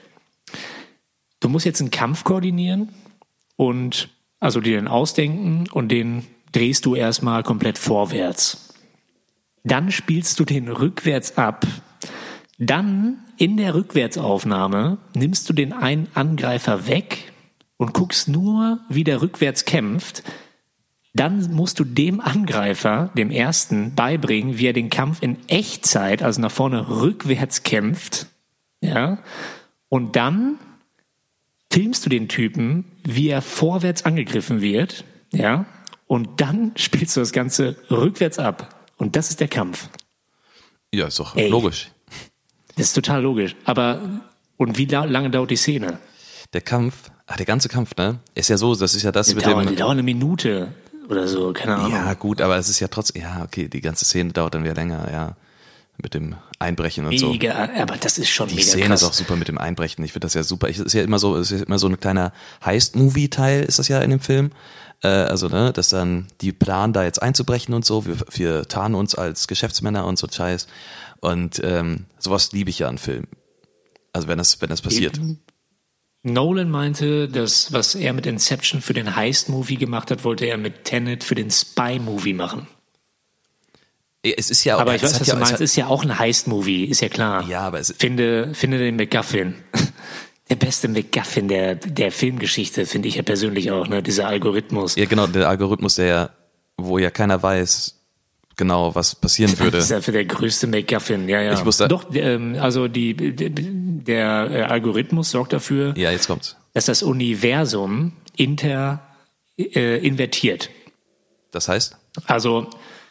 Du musst jetzt einen Kampf koordinieren und also dir den ausdenken und den drehst du erstmal komplett vorwärts. Dann spielst du den rückwärts ab. Dann in der Rückwärtsaufnahme nimmst du den einen Angreifer weg und guckst nur, wie der rückwärts kämpft. Dann musst du dem Angreifer, dem ersten, beibringen, wie er den Kampf in Echtzeit, also nach vorne rückwärts kämpft. Ja. Und dann filmst du den Typen, wie er vorwärts angegriffen wird. Ja. Und dann spielst du das Ganze rückwärts ab. Und das ist der Kampf. Ja, ist doch logisch. Das ist total logisch. Aber, und wie lange dauert die Szene? Der Kampf, der ganze Kampf, ne? Ist ja so, das ist ja das die dauern eine Minute oder so, keine Ahnung. Ja, gut, aber es ist ja trotzdem, ja, okay, die ganze Szene dauert dann wieder länger, ja. Mit dem Einbrechen und so. Mega, aber das ist schon Die mega Szene krass. ist auch super mit dem Einbrechen. Ich finde das ja super. Es ist ja immer so ein kleiner Heist-Movie-Teil ist das ja in dem Film. Also, ne, dass dann die planen, da jetzt einzubrechen und so. Wir tarnen uns als Geschäftsmänner und so Scheiß. Und sowas liebe ich ja an Filmen. Also wenn das passiert. Nolan meinte, dass was er mit Inception für den Heist-Movie gemacht hat, wollte er mit Tenet für den Spy-Movie machen. Es ist ja, Aber ich weiß, was ja, du meinst, ist ja auch ein Heist-Movie, ist ja klar. Ja, aber finde den MacGuffin. Der beste MacGuffin der Filmgeschichte, finde ich ja persönlich auch, ne? Dieser Algorithmus. Ja, genau, der Algorithmus, wo ja keiner weiß genau, was passieren würde. Das ist einfach der größte MacGuffin, ja. Ich wusste, doch, also der Algorithmus sorgt dafür, ja, jetzt kommt's, dass das Universum invertiert. Das heißt? Also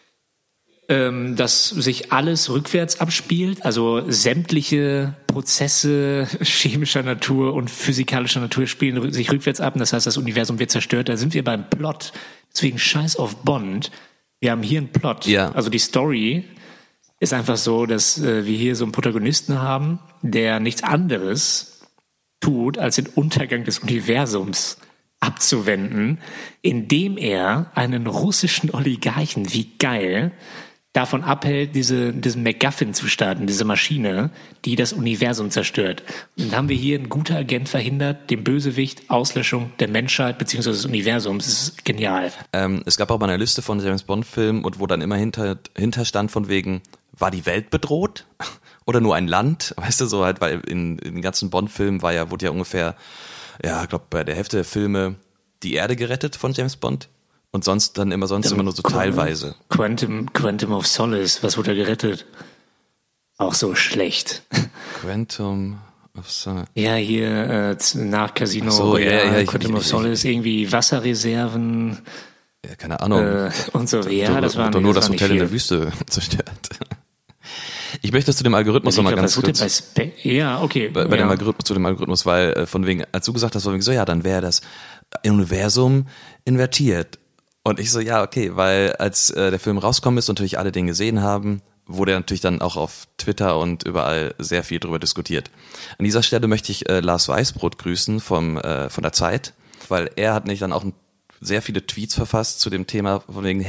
dass sich alles rückwärts abspielt, also sämtliche Prozesse chemischer Natur und physikalischer Natur spielen sich rückwärts ab, und das heißt, das Universum wird zerstört. Da sind wir beim Plot. Deswegen scheiß auf Bond. Wir haben hier einen Plot. Ja. Also die Story ist einfach so, dass wir hier so einen Protagonisten haben, der nichts anderes tut, als den Untergang des Universums abzuwenden, indem er einen russischen Oligarchen, wie geil, davon abhält, diesen MacGuffin zu starten, diese Maschine, die das Universum zerstört. Und dann haben wir hier einen guter Agent verhindert, dem Bösewicht, Auslöschung der Menschheit bzw. des Universums. Das ist genial. Es gab auch mal eine Liste von James-Bond-Filmen, und wo dann immer hinter stand von wegen, war die Welt bedroht oder nur ein Land? Weißt du, so halt, weil in den ganzen Bond-Filmen wurde ja ungefähr, ja, ich glaube, bei der Hälfte der Filme die Erde gerettet von James Bond. Und sonst immer nur so teilweise. Quantum of Solace, was wurde da gerettet? Auch so schlecht. Quantum of Solace. Ja, hier nach Casino so, Royale, Quantum of Solace, irgendwie Wasserreserven. Ja, keine Ahnung. Und so, ja, das war nur das Hotel in der Wüste zerstört. Ich möchte zu dem Algorithmus nochmal ganz kurz. Ja, okay. Bei dem Algorithmus, zu dem Algorithmus, weil von wegen, als du gesagt hast, von wegen so, ja, dann wäre das Universum invertiert. Und ich so, ja, okay, weil als der Film rausgekommen ist und natürlich alle den gesehen haben, wurde er natürlich dann auch auf Twitter und überall sehr viel drüber diskutiert. An dieser Stelle möchte ich Lars Weißbrot grüßen von der Zeit, weil er hat nämlich dann auch sehr viele Tweets verfasst zu dem Thema von wegen,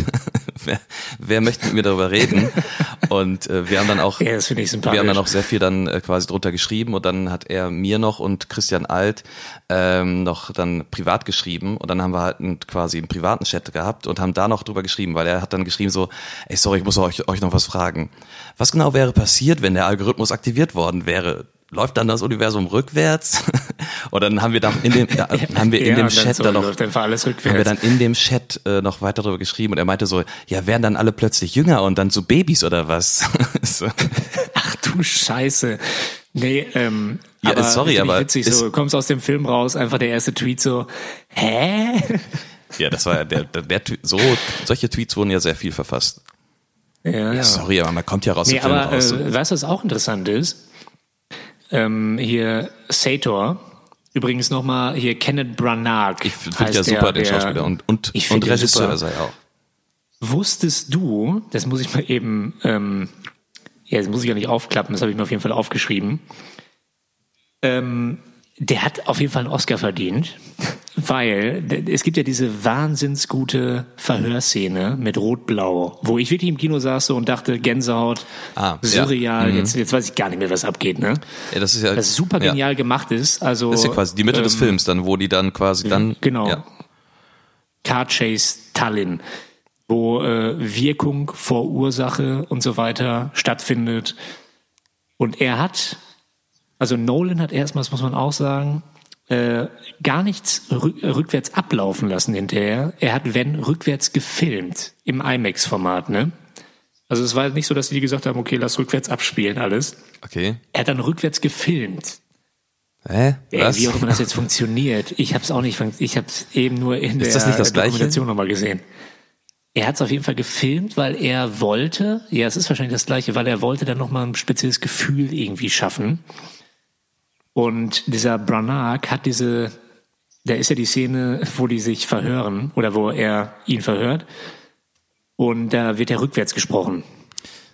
wer möchte mit mir darüber reden? Und wir haben dann auch, das finde ich sympathisch. Wir haben dann auch sehr viel dann quasi drunter geschrieben, und dann hat er mir noch und Christian Alt noch dann privat geschrieben, und dann haben wir halt quasi einen privaten Chat gehabt und haben da noch drüber geschrieben, weil er hat dann geschrieben so, ey, sorry, ich muss euch noch was fragen. Was genau wäre passiert, wenn der Algorithmus aktiviert worden wäre? Läuft dann das Universum rückwärts? Und dann haben wir dann in dem Chat dann noch, haben wir dann in dem Chat noch weiter darüber geschrieben, und er meinte so, ja, werden dann alle plötzlich jünger und dann so Babys oder was? So. Ach du Scheiße. Nee, ja, aber sorry, aber witzig, so kommst aus dem Film raus, einfach der erste Tweet so, hä? Ja, das war solche Tweets wurden ja sehr viel verfasst. Ja. Sorry, aber man kommt ja raus dem Film raus. So. Weißt du, was auch interessant ist? Hier Sator, übrigens nochmal hier Kenneth Branagh. Ich finde ja super, den Schauspieler und Regisseur sei auch. Wusstest du, das muss ich mal eben, das muss ich ja nicht aufklappen, das habe ich mir auf jeden Fall aufgeschrieben. Der hat auf jeden Fall einen Oscar verdient, weil es gibt ja diese wahnsinns gute Verhörszene mit Rot-Blau, wo ich wirklich im Kino saß so und dachte, Gänsehaut, surreal, ja. Jetzt weiß ich gar nicht mehr, was abgeht, ne? Ja, das ist ja, das super genial gemacht ist. Also, das ist ja quasi die Mitte des Films dann, wo die dann quasi dann... Genau. Ja. Car Chase Tallinn, wo Wirkung vor Ursache und so weiter stattfindet. Und Nolan hat erstmal, das muss man auch sagen, gar nichts rückwärts ablaufen lassen hinterher. Er hat, rückwärts gefilmt im IMAX-Format, ne? Also es war nicht so, dass die gesagt haben, okay, lass rückwärts abspielen alles. Okay. Er hat dann rückwärts gefilmt. Hä? Was? Wie auch immer das jetzt funktioniert. Ich habe es auch nicht, ich habe es eben nur in der Dokumentation nochmal gesehen. Er hat es auf jeden Fall gefilmt, weil er wollte, ja, es ist wahrscheinlich das Gleiche, weil er wollte dann nochmal ein spezielles Gefühl irgendwie schaffen. Und dieser Branagh hat da ist ja die Szene, wo die sich verhören oder wo er ihn verhört, und da wird er rückwärts gesprochen.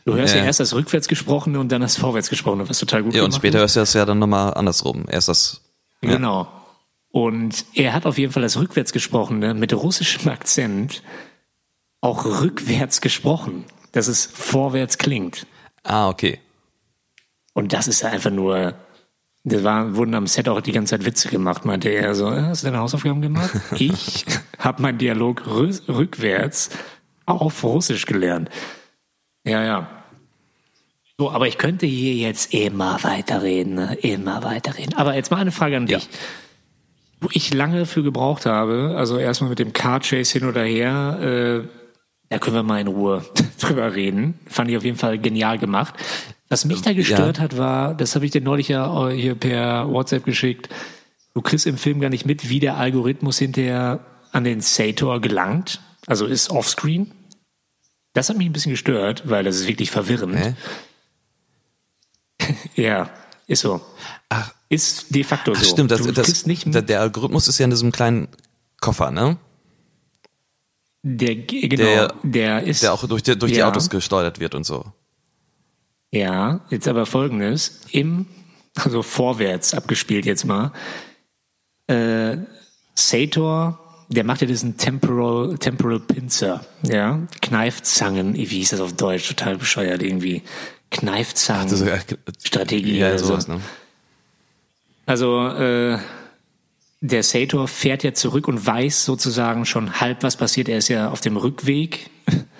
Du hörst ja erst das rückwärts gesprochene und dann das vorwärts gesprochene, was total gut Ja, und gemacht später ist. hörst du das ja dann nochmal andersrum. Erst das. Ja. Genau. Und er hat auf jeden Fall das rückwärts gesprochene mit russischem Akzent auch rückwärts gesprochen, dass es vorwärts klingt. Ah, okay. Und das ist einfach nur, wurden am Set auch die ganze Zeit Witze gemacht, meinte er so, hast du deine Hausaufgaben gemacht? Ich habe meinen Dialog rückwärts auf Russisch gelernt. Ja. So, aber ich könnte hier jetzt immer weiterreden, ne? Immer weiterreden. Aber jetzt mal eine Frage an dich. Ja. Wo ich lange für gebraucht habe, also erstmal mit dem Car Chase hin oder her, da können wir mal in Ruhe drüber reden. Fand ich auf jeden Fall genial gemacht. Was mich da gestört hat, war, das habe ich dir neulich ja hier per WhatsApp geschickt, du kriegst im Film gar nicht mit, wie der Algorithmus hinterher an den Sator gelangt, also ist offscreen. Das hat mich ein bisschen gestört, weil das ist wirklich verwirrend. Ja, ist so. Ach, ist de facto so. Stimmt, Der Algorithmus ist ja in diesem kleinen Koffer, ne? Der auch durch die Autos gesteuert wird und so. Ja, jetzt aber Folgendes, also vorwärts abgespielt jetzt mal, Sator, der macht ja diesen Temporal Pincer, ja, Kneifzangen, wie hieß das auf Deutsch, total bescheuert irgendwie, Kneifzangen-Strategie ja, oder sowas, so. Ne? Also, der Sator fährt ja zurück und weiß sozusagen schon halb, was passiert. Er ist ja auf dem Rückweg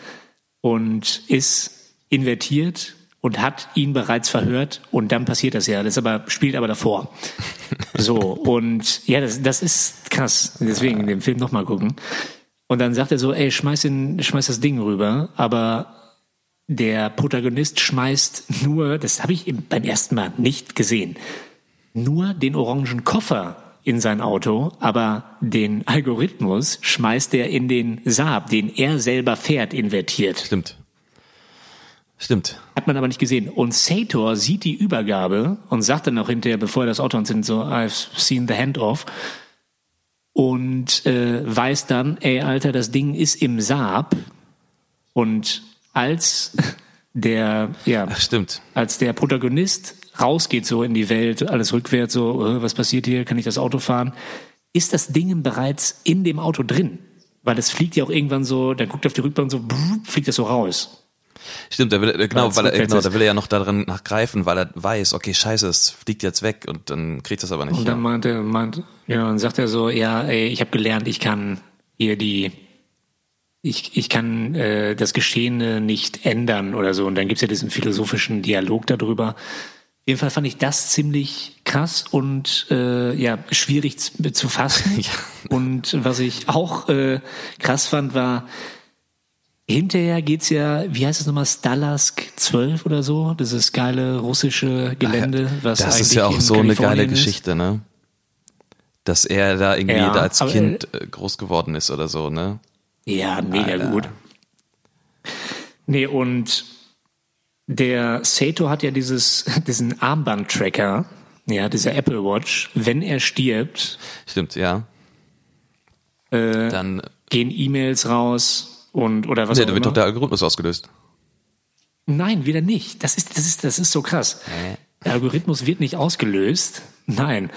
und ist invertiert und hat ihn bereits verhört und dann passiert das ja. Spielt aber davor. So, und ja, das ist krass. Deswegen den Film nochmal gucken. Und dann sagt er so, ey, schmeiß das Ding rüber, aber der Protagonist schmeißt nur, das habe ich beim ersten Mal nicht gesehen, nur den orangen Koffer in sein Auto, aber den Algorithmus schmeißt er in den Saab, den er selber fährt, invertiert. Stimmt. Hat man aber nicht gesehen. Und Sator sieht die Übergabe und sagt dann auch hinterher, bevor er das Auto anzündet, so, I've seen the handoff. Und weiß dann, ey, Alter, das Ding ist im Saab. Und als der Protagonist rausgeht so in die Welt, alles rückwärts, so, was passiert hier, kann ich das Auto fahren, ist das Ding bereits in dem Auto drin. Weil das fliegt ja auch irgendwann so, dann guckt er auf die Rückbank so, fliegt das so raus. Stimmt, da will er ja noch daran nachgreifen, weil er weiß, okay, scheiße, es fliegt jetzt weg und dann kriegt das aber nicht. Und dann dann sagt er so, ja, ey, ich habe gelernt, ich kann hier ich kann das Geschehene nicht ändern oder so. Und dann gibt's ja diesen philosophischen Dialog darüber. Auf jeden Fall fand ich das ziemlich krass und schwierig zu fassen. Ja. Und was ich auch krass fand, war, hinterher geht's ja, wie heißt es nochmal, Stalask 12 oder so, dieses geile russische Gelände, was das eigentlich ist ja auch so eine geile Geschichte, ne? Dass er da irgendwie als Kind groß geworden ist oder so, ne? Ja, mega gut. Nee, und der Sator hat ja diesen Armband-Tracker, ja, dieser Apple Watch. Wenn er stirbt, stimmt, ja. Dann gehen E-Mails raus oder was auch immer. Da wird doch der Algorithmus ausgelöst. Nein, wieder nicht. Das ist so krass. Der Algorithmus wird nicht ausgelöst. Nein.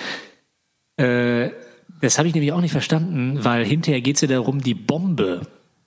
Das habe ich nämlich auch nicht verstanden, weil hinterher geht es ja darum, die Bombe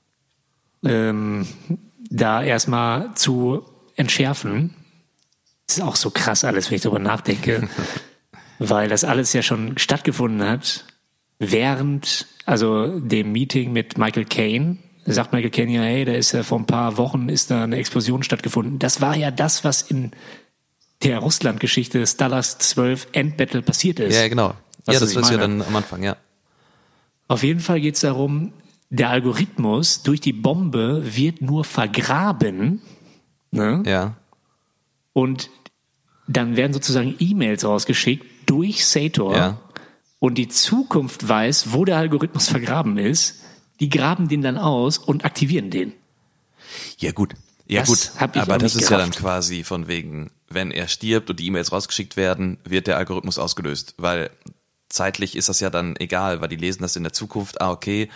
da erstmal zu entschärfen. Das ist auch so krass alles, wenn ich darüber nachdenke, weil das alles ja schon stattgefunden hat, während dem Meeting mit Michael Caine. Sagt Michael Caine ja, hey, da ist ja vor ein paar Wochen ist da eine Explosion stattgefunden. Das war ja das, was in der Russland-Geschichte Stalask 12 Endbattle passiert ist. Ja, genau. Ja, das ist ja dann am Anfang, ja. Auf jeden Fall geht es darum, der Algorithmus durch die Bombe wird nur vergraben, ne? Ja. Und dann werden sozusagen E-Mails rausgeschickt durch Sator. Ja. Und die Zukunft weiß, wo der Algorithmus vergraben ist. Die graben den dann aus und aktivieren den. Ja, gut. Aber das ist ja dann quasi von wegen, wenn er stirbt und die E-Mails rausgeschickt werden, wird der Algorithmus ausgelöst. Weil zeitlich ist das ja dann egal, weil die lesen das in der Zukunft, okay,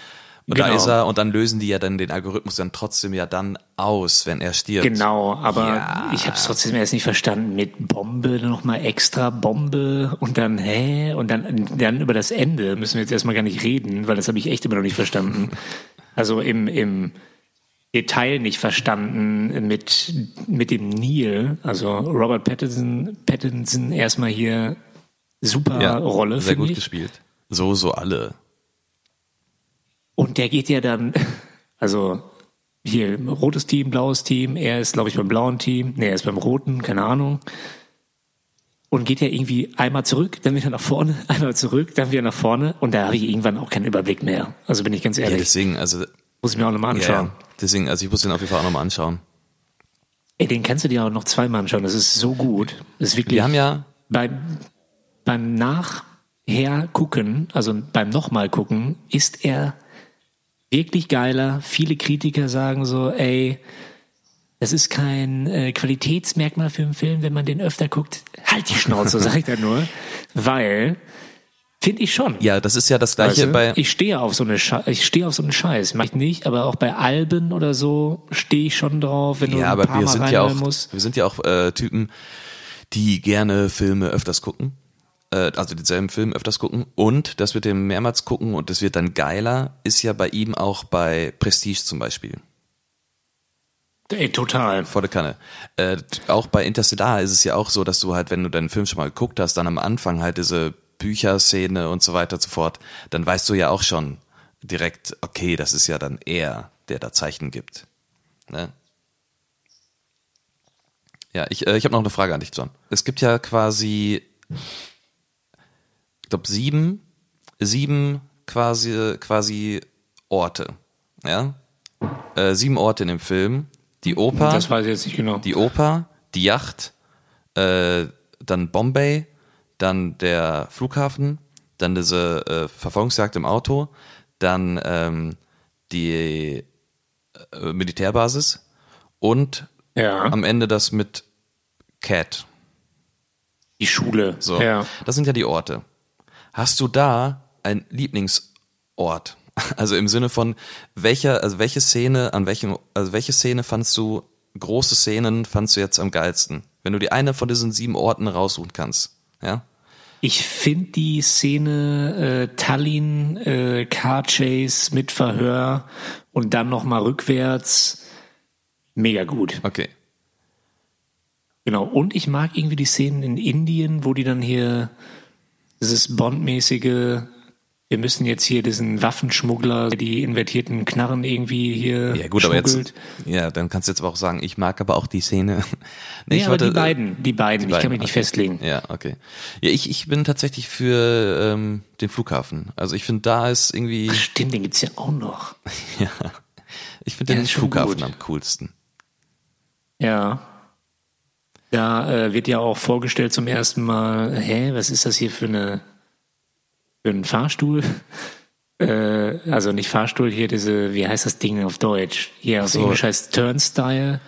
Und da ist er, und dann lösen die ja dann den Algorithmus dann trotzdem ja dann aus, wenn er stirbt. Genau, aber ich habe es trotzdem erst nicht verstanden mit Bombe, nochmal extra Bombe und dann, und dann über das Ende müssen wir jetzt erstmal gar nicht reden, weil das habe ich echt immer noch nicht verstanden. Also im Detail nicht verstanden mit dem Neil, also Robert Pattinson erstmal hier super Rolle, sehr gut ich. gespielt. So alle. Und der geht ja dann, also hier rotes Team, blaues Team, er ist, glaube ich, beim blauen Team, er ist beim roten, keine Ahnung. Und geht ja irgendwie einmal zurück, dann wieder nach vorne, einmal zurück, dann wieder nach vorne. Und da habe ich irgendwann auch keinen Überblick mehr. Also bin ich ganz ehrlich. Ja, deswegen, also muss ich mir auch nochmal anschauen. Ja, deswegen, also ich muss den auf jeden Fall auch nochmal anschauen. Ey, den kannst du dir auch noch zweimal anschauen, das ist so gut. Das ist wirklich. Wir haben ja beim Nachher gucken, also beim nochmal gucken, ist er wirklich geiler. Viele Kritiker sagen so, ey, das ist kein Qualitätsmerkmal für einen Film, wenn man den öfter guckt. Halt die Schnauze, sag ich da nur. Weil, finde ich schon. Ja, das ist ja das Gleiche, weißt du? Bei... Ich stehe auf so eine Scheiß. Mach ich nicht, aber auch bei Alben oder so stehe ich schon drauf, wenn du ein paar Mal reinhören musst. Wir sind ja auch Typen, die gerne Filme öfters gucken. Also denselben Film öfters gucken, und das mit dem mehrmals gucken und das wird dann geiler, ist ja bei ihm auch bei Prestige zum Beispiel. Ey, total. Volle Kanne. Auch bei Interstellar ist es ja auch so, dass du halt, wenn du deinen Film schon mal geguckt hast, dann am Anfang halt diese Bücherszene und so weiter und so fort, dann weißt du ja auch schon direkt, okay, das ist ja dann er, der da Zeichen gibt. Ne? Ja, ich habe noch eine Frage an dich, John. Es gibt ja quasi, ich glaube, sieben quasi Orte, ja? 7 Orte in dem Film. Die Oper. Das weiß ich jetzt nicht genau. Die Oper, die Yacht, dann Bombay, dann der Flughafen, dann diese Verfolgungsjagd im Auto, dann die Militärbasis und am Ende das mit Cat. Die Schule. So, das sind ja die Orte. Hast du da einen Lieblingsort? Also im Sinne von welche Szene fandst du, große Szenen fandst du jetzt am geilsten? Wenn du die eine von diesen 7 Orten raussuchen kannst, ja? Ich finde die Szene Tallinn, Car Chase mit Verhör und dann nochmal rückwärts mega gut. Okay. Genau, und ich mag irgendwie die Szenen in Indien, wo die dann hier dieses Bond-mäßige, wir müssen jetzt hier diesen Waffenschmuggler, die invertierten Knarren irgendwie hier ja, gut, schmuggelt. Aber jetzt, ja, dann kannst du jetzt aber auch sagen, ich mag aber auch die Szene. Nee, aber die beiden, ich kann mich nicht festlegen. Ja, okay. Ja, ich bin tatsächlich für den Flughafen. Also ich finde, da ist irgendwie... Ach, stimmt, den gibt's ja auch noch. Ja, ich finde den Flughafen am coolsten. Ja. Da wird ja auch vorgestellt zum ersten Mal, was ist das hier für einen Fahrstuhl? Also nicht Fahrstuhl, hier diese, wie heißt das Ding auf Deutsch? Hier auf Englisch heißt Turnstile.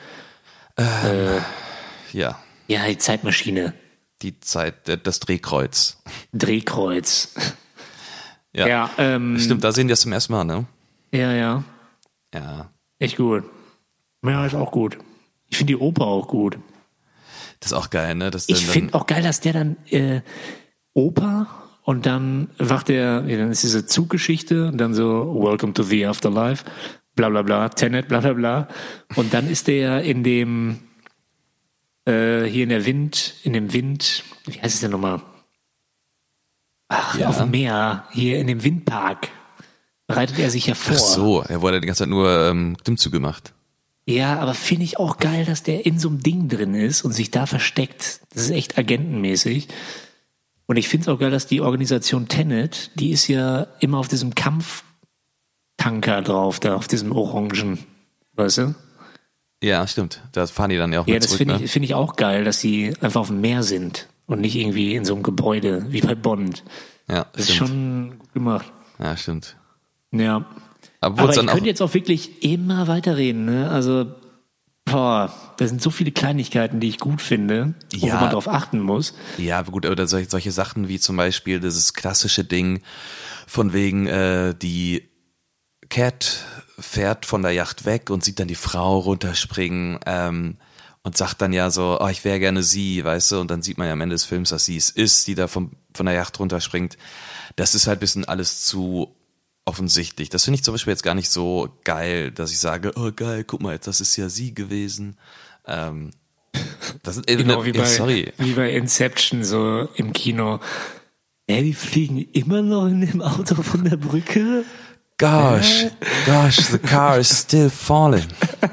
Ja. Ja, die Zeitmaschine. Das Drehkreuz. Drehkreuz. Ja, stimmt, da sehen die das zum ersten Mal, ne? Ja. Ja. Echt gut. Ja, ist auch gut. Ich finde die Oper auch gut. Das ist auch geil, ne? Ich finde auch geil, dass der dann Oper und dann dann ist diese Zuggeschichte und dann so Welcome to the Afterlife, bla bla bla, Tenet, bla bla bla. Und dann ist der in dem hier in dem Wind, wie heißt es denn nochmal? Ach, auf dem Meer, hier in dem Windpark bereitet er sich ja vor. Ach so, er wurde die ganze Zeit nur Klimmzüge gemacht. Ja, aber finde ich auch geil, dass der in so einem Ding drin ist und sich da versteckt. Das ist echt agentenmäßig. Und ich finde es auch geil, dass die Organisation Tenet, die ist ja immer auf diesem Kampftanker drauf, da auf diesem Orangen, weißt du? Ja, stimmt. Da fahren die dann ja auch mit zurück. Ja, das finde ich auch geil, dass die einfach auf dem Meer sind und nicht irgendwie in so einem Gebäude, wie bei Bond. Ja, das ist schon gut gemacht. Ja, stimmt. Ja. Aber ich könnte jetzt auch wirklich immer weiterreden, ne? Also, da sind so viele Kleinigkeiten, die ich gut finde, wo man drauf achten muss. Ja, gut, oder solche Sachen wie zum Beispiel dieses klassische Ding von wegen die Cat fährt von der Yacht weg und sieht dann die Frau runterspringen und sagt dann ja so, oh, ich wäre gerne sie, weißt du, und dann sieht man ja am Ende des Films, dass sie es ist, die da von der Yacht runterspringt. Das ist halt ein bisschen alles zu offensichtlich. Das finde ich zum Beispiel jetzt gar nicht so geil, dass ich sage, oh geil, guck mal, jetzt, das ist ja sie gewesen. Das ist genau wie bei Inception so im Kino. Die fliegen immer noch in dem Auto von der Brücke. Gosh, the car is still falling.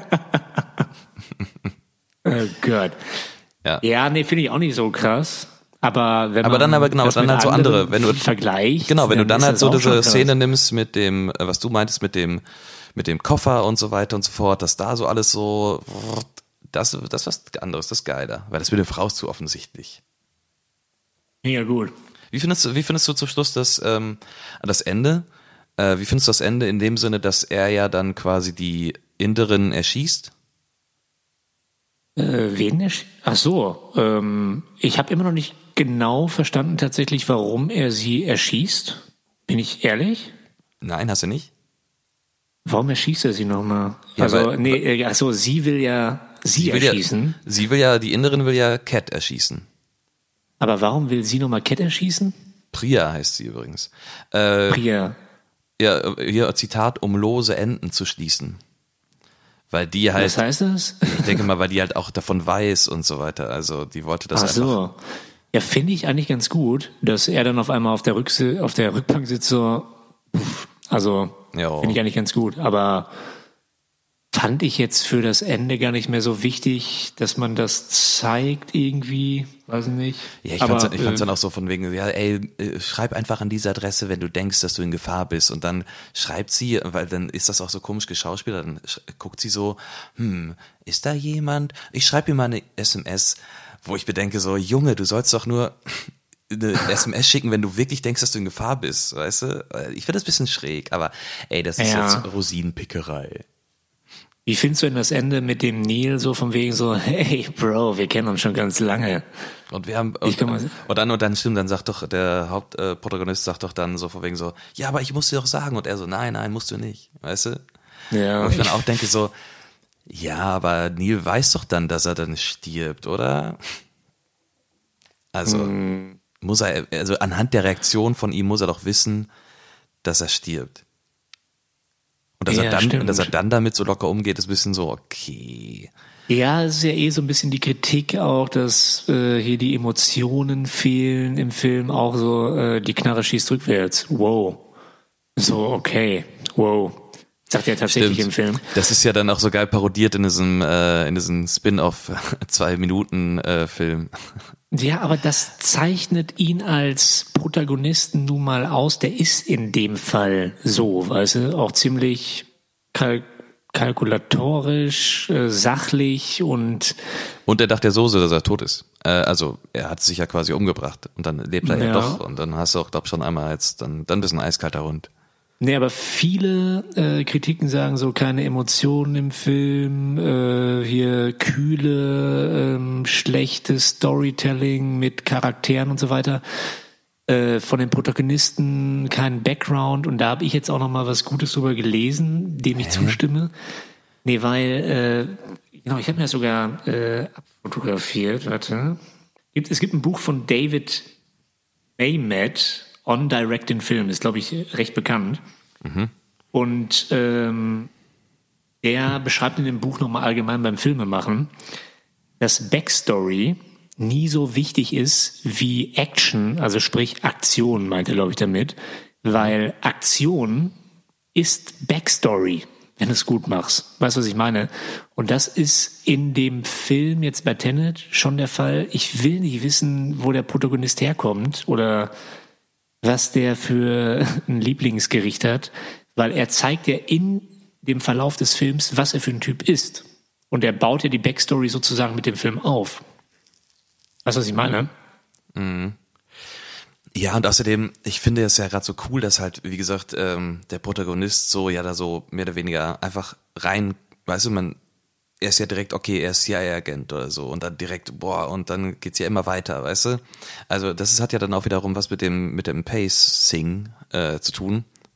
Oh Gott. Ja, nee, finde ich auch nicht so krass. Aber wenn man dann halt so andere, wenn du vergleichst, genau, wenn du dann halt so diese Szene nimmst mit dem, was du meintest, mit dem Koffer und so weiter und so fort, dass da so alles so, das was anderes, das ist geiler, weil das mit der Frau ist zu offensichtlich. Ja, gut. Wie findest du zum Schluss das Ende? Wie findest du das Ende in dem Sinne, dass er ja dann quasi die Inderin erschießt? Wen erschießt? Ach so, ich habe immer noch nicht genau verstanden tatsächlich, warum er sie erschießt. Bin ich ehrlich? Nein, hast du nicht? Warum erschießt er sie nochmal? Ja, also, sie will ja sie erschießen. Die Inderin will ja Cat erschießen. Aber warum will sie nochmal Cat erschießen? Priya heißt sie übrigens. Priya. Ja, hier Zitat, um lose Enden zu schließen. Weil die halt. Was heißt das? Ich denke mal, weil die halt auch davon weiß und so weiter. Also die wollte das einfach. Ach so. Ja, finde ich eigentlich ganz gut, dass er dann auf einmal auf der Rückbank sitzt so. Also finde ich eigentlich ganz gut. Aber fand ich jetzt für das Ende gar nicht mehr so wichtig, dass man das zeigt irgendwie, weiß ich nicht. Ja, ich fand's dann auch so von wegen, ja, schreib einfach an diese Adresse, wenn du denkst, dass du in Gefahr bist. Und dann schreibt sie, weil dann ist das auch so komisch geschauspielert, dann guckt sie so, ist da jemand? Ich schreibe ihr mal eine SMS, wo ich bedenke so, Junge, du sollst doch nur eine SMS schicken, wenn du wirklich denkst, dass du in Gefahr bist, weißt du? Ich finde das ein bisschen schräg, aber das ist jetzt Rosinenpickerei. Wie findest du denn das Ende mit dem Neil so von wegen so, hey Bro, wir kennen uns schon ganz lange. Und wir haben dann sagt doch der Hauptprotagonist sagt doch dann so von wegen so, ja, aber ich muss dir doch sagen, und er so, nein, musst du nicht, weißt du? Ja. Und ich dann auch denke so, ja, aber Neil weiß doch dann, dass er dann stirbt, oder? Also muss er, also anhand der Reaktion von ihm muss er doch wissen, dass er stirbt. Und dass er dann damit so locker umgeht, ist ein bisschen so, okay. Ja, es ist ja so ein bisschen die Kritik auch, dass hier die Emotionen fehlen im Film, auch so die Knarre schießt rückwärts. Wow. So, okay. Wow. Sagt er tatsächlich im Film. Das ist ja dann auch so geil parodiert in diesem Spin-off 2-Minuten-Film. Ja, aber das zeichnet ihn als Protagonisten nun mal aus. Der ist in dem Fall so, weißt du, auch ziemlich kalkulatorisch, sachlich und er dachte ja so, dass er tot ist. Also er hat sich ja quasi umgebracht und dann lebt er ja doch und dann hast du auch, glaub schon einmal jetzt dann bist du ein eiskalter Hund. Nee, aber viele Kritiken sagen so, keine Emotionen im Film, hier kühle, schlechtes Storytelling mit Charakteren und so weiter. Von den Protagonisten kein Background, und da habe ich jetzt auch noch mal was Gutes drüber gelesen, dem ich zustimme. Nee, weil, genau, ich habe mir sogar abfotografiert, warte. Es gibt ein Buch von David Mamet, On Directing Film, ist, glaube ich, recht bekannt. Mhm. Und der beschreibt in dem Buch nochmal allgemein beim Filmemachen, dass Backstory nie so wichtig ist wie Action, also sprich Aktion, meint er, glaube ich, damit, weil Aktion ist Backstory, wenn du es gut machst. Weißt du, was ich meine? Und das ist in dem Film jetzt bei Tenet schon der Fall. Ich will nicht wissen, wo der Protagonist herkommt oder was der für ein Lieblingsgericht hat, weil er zeigt ja in dem Verlauf des Films, was er für ein Typ ist. Und er baut ja die Backstory sozusagen mit dem Film auf. Weißt du, was ich meine? Mhm. Ja, und außerdem, ich finde es ja gerade so cool, dass halt, wie gesagt, der Protagonist so, ja, da so mehr oder weniger einfach rein, weißt du, er ist ja direkt, okay, er ist CIA-Agent oder so und dann direkt, und dann geht's ja immer weiter, weißt du? Also das hat ja dann auch wiederum was mit dem Pacing zu tun,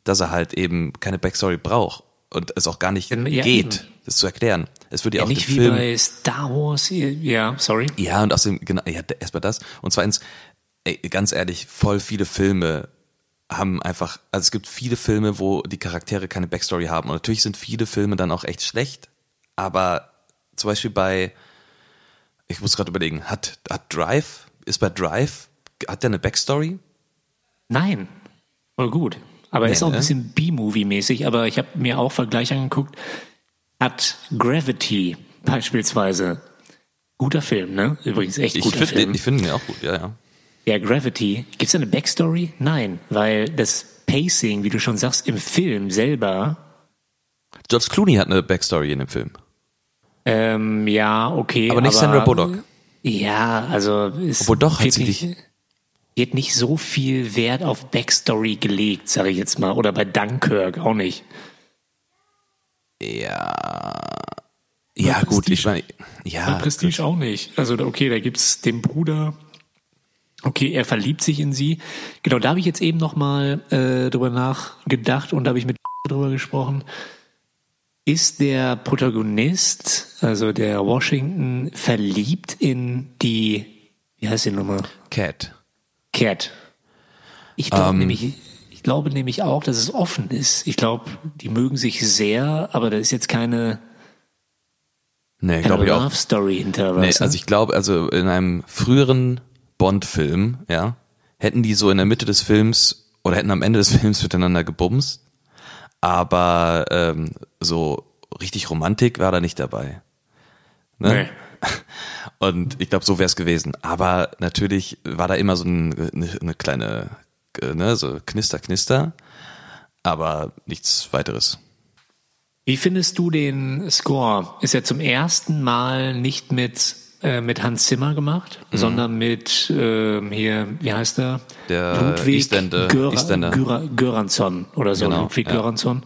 dass er halt eben keine Backstory braucht und es auch gar nicht geht, eben. das zu erklären. Es wird ja auch nicht den wie Film, bei Star Wars, ja, sorry. ja, und außerdem, genau, ja, erstmal das. Und zweitens, ey, ganz ehrlich, voll viele Filme haben einfach, also es gibt viele Filme, wo die Charaktere keine Backstory haben. Und natürlich sind viele Filme dann auch echt schlecht, aber zum Beispiel ich muss gerade überlegen, hat Drive, hat der eine Backstory? Nein, voll gut. Aber Nee, ist auch ein ne? bisschen B-Movie-mäßig, aber ich habe mir auch Vergleich angeguckt, hat Gravity beispielsweise. Guter Film, ne? Übrigens echt guter Film. Ich finde ihn auch gut, ja. Ja, Gravity. Gibt's da eine Backstory? Nein, weil das Pacing, wie du schon sagst, im Film selber. George Clooney hat eine Backstory in dem Film. Ja, okay. Aber nicht Sandra Bullock. Ja, also es Obwohl doch, hat wird sie wird nicht so viel Wert auf Backstory gelegt, sage ich jetzt mal. Oder bei Dunkirk auch nicht. Ja, Bei gut, Prestige. ich meine, ja. Bei Prestige auch nicht. Also okay, da gibt's den Bruder. Okay, er verliebt sich in sie. Genau, da habe ich jetzt eben noch mal drüber nachgedacht und da habe ich mit drüber gesprochen. Ist der Protagonist, also der Washington, verliebt in die, wie heißt die Nummer? Cat. Ich glaube nämlich auch, dass es offen ist. Ich glaube, die mögen sich sehr, aber da ist jetzt keine glaube ich auch. Love Story hinter. Nee, weißt du? also ich glaube, also in einem früheren Bond-Film, ja, hätten die so in der Mitte des Films oder hätten am Ende des Films miteinander gebumst, aber so richtig Romantik war da nicht dabei. Ne? Nee. Und ich glaube, so wäre es gewesen. Aber natürlich war da immer so eine kleine, ne, so Knister, aber nichts weiteres. Wie findest du den Score? Ist ja zum ersten Mal nicht mit Hans Zimmer gemacht, sondern mit hier, wie heißt er? Der Ludwig Isländer. Göransson oder so. Genau, Ludwig ja. Göransson.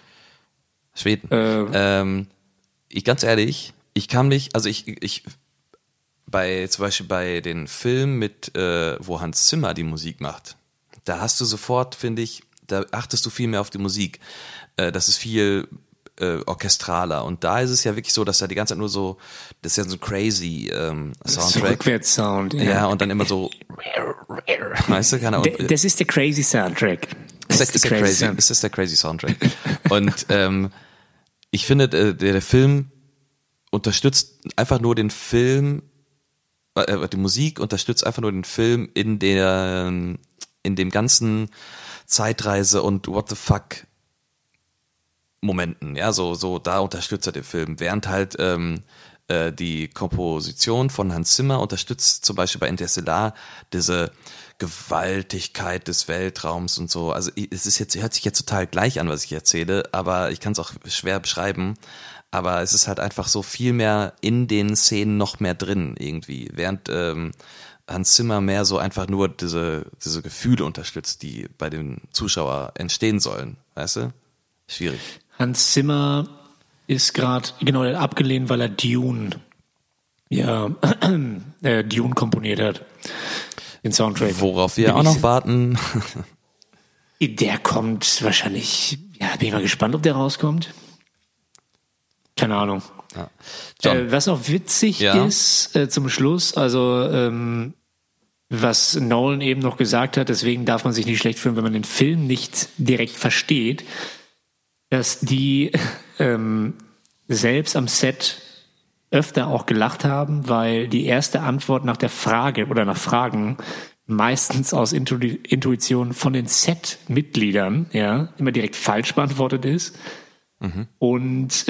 Schweden. Ganz ehrlich, ich kam nicht, also ich zum Beispiel bei den Filmen wo Hans Zimmer die Musik macht, da hast du sofort, finde ich, da achtest du viel mehr auf die Musik. Das ist viel orchestraler. Und da ist es ja wirklich so, dass er die ganze Zeit nur so, das ist ja so ein crazy Soundtrack. Rückwärtssound. Ja, und dann immer so, weißt du, keine Ahnung. Das ist der crazy Soundtrack. Das ist der crazy Soundtrack. Und ich finde, der Film unterstützt einfach nur den Film, die Musik unterstützt einfach nur den Film in dem ganzen Zeitreise und what the fuck Momenten, ja, so da unterstützt er den Film, während halt die Komposition von Hans Zimmer unterstützt zum Beispiel bei Interstellar diese Gewaltigkeit des Weltraums und so. Also hört sich jetzt total gleich an, was ich erzähle, aber ich kann es auch schwer beschreiben. Aber es ist halt einfach so viel mehr in den Szenen noch mehr drin irgendwie, während Hans Zimmer mehr so einfach nur diese Gefühle unterstützt, die bei dem Zuschauer entstehen sollen, weißt du? Schwierig. Hans Zimmer ist gerade abgelehnt, weil er Dune komponiert hat. Den Soundtrack. Worauf wir auch noch warten. Der kommt wahrscheinlich, ja, bin ich mal gespannt, ob der rauskommt. Keine Ahnung. Ja. Was auch witzig ist, zum Schluss, also was Nolan eben noch gesagt hat, deswegen darf man sich nicht schlecht fühlen, wenn man den Film nicht direkt versteht, dass die selbst am Set öfter auch gelacht haben, weil die erste Antwort nach der Frage oder nach Fragen meistens aus Intuition von den Set-Mitgliedern immer direkt falsch beantwortet ist. Und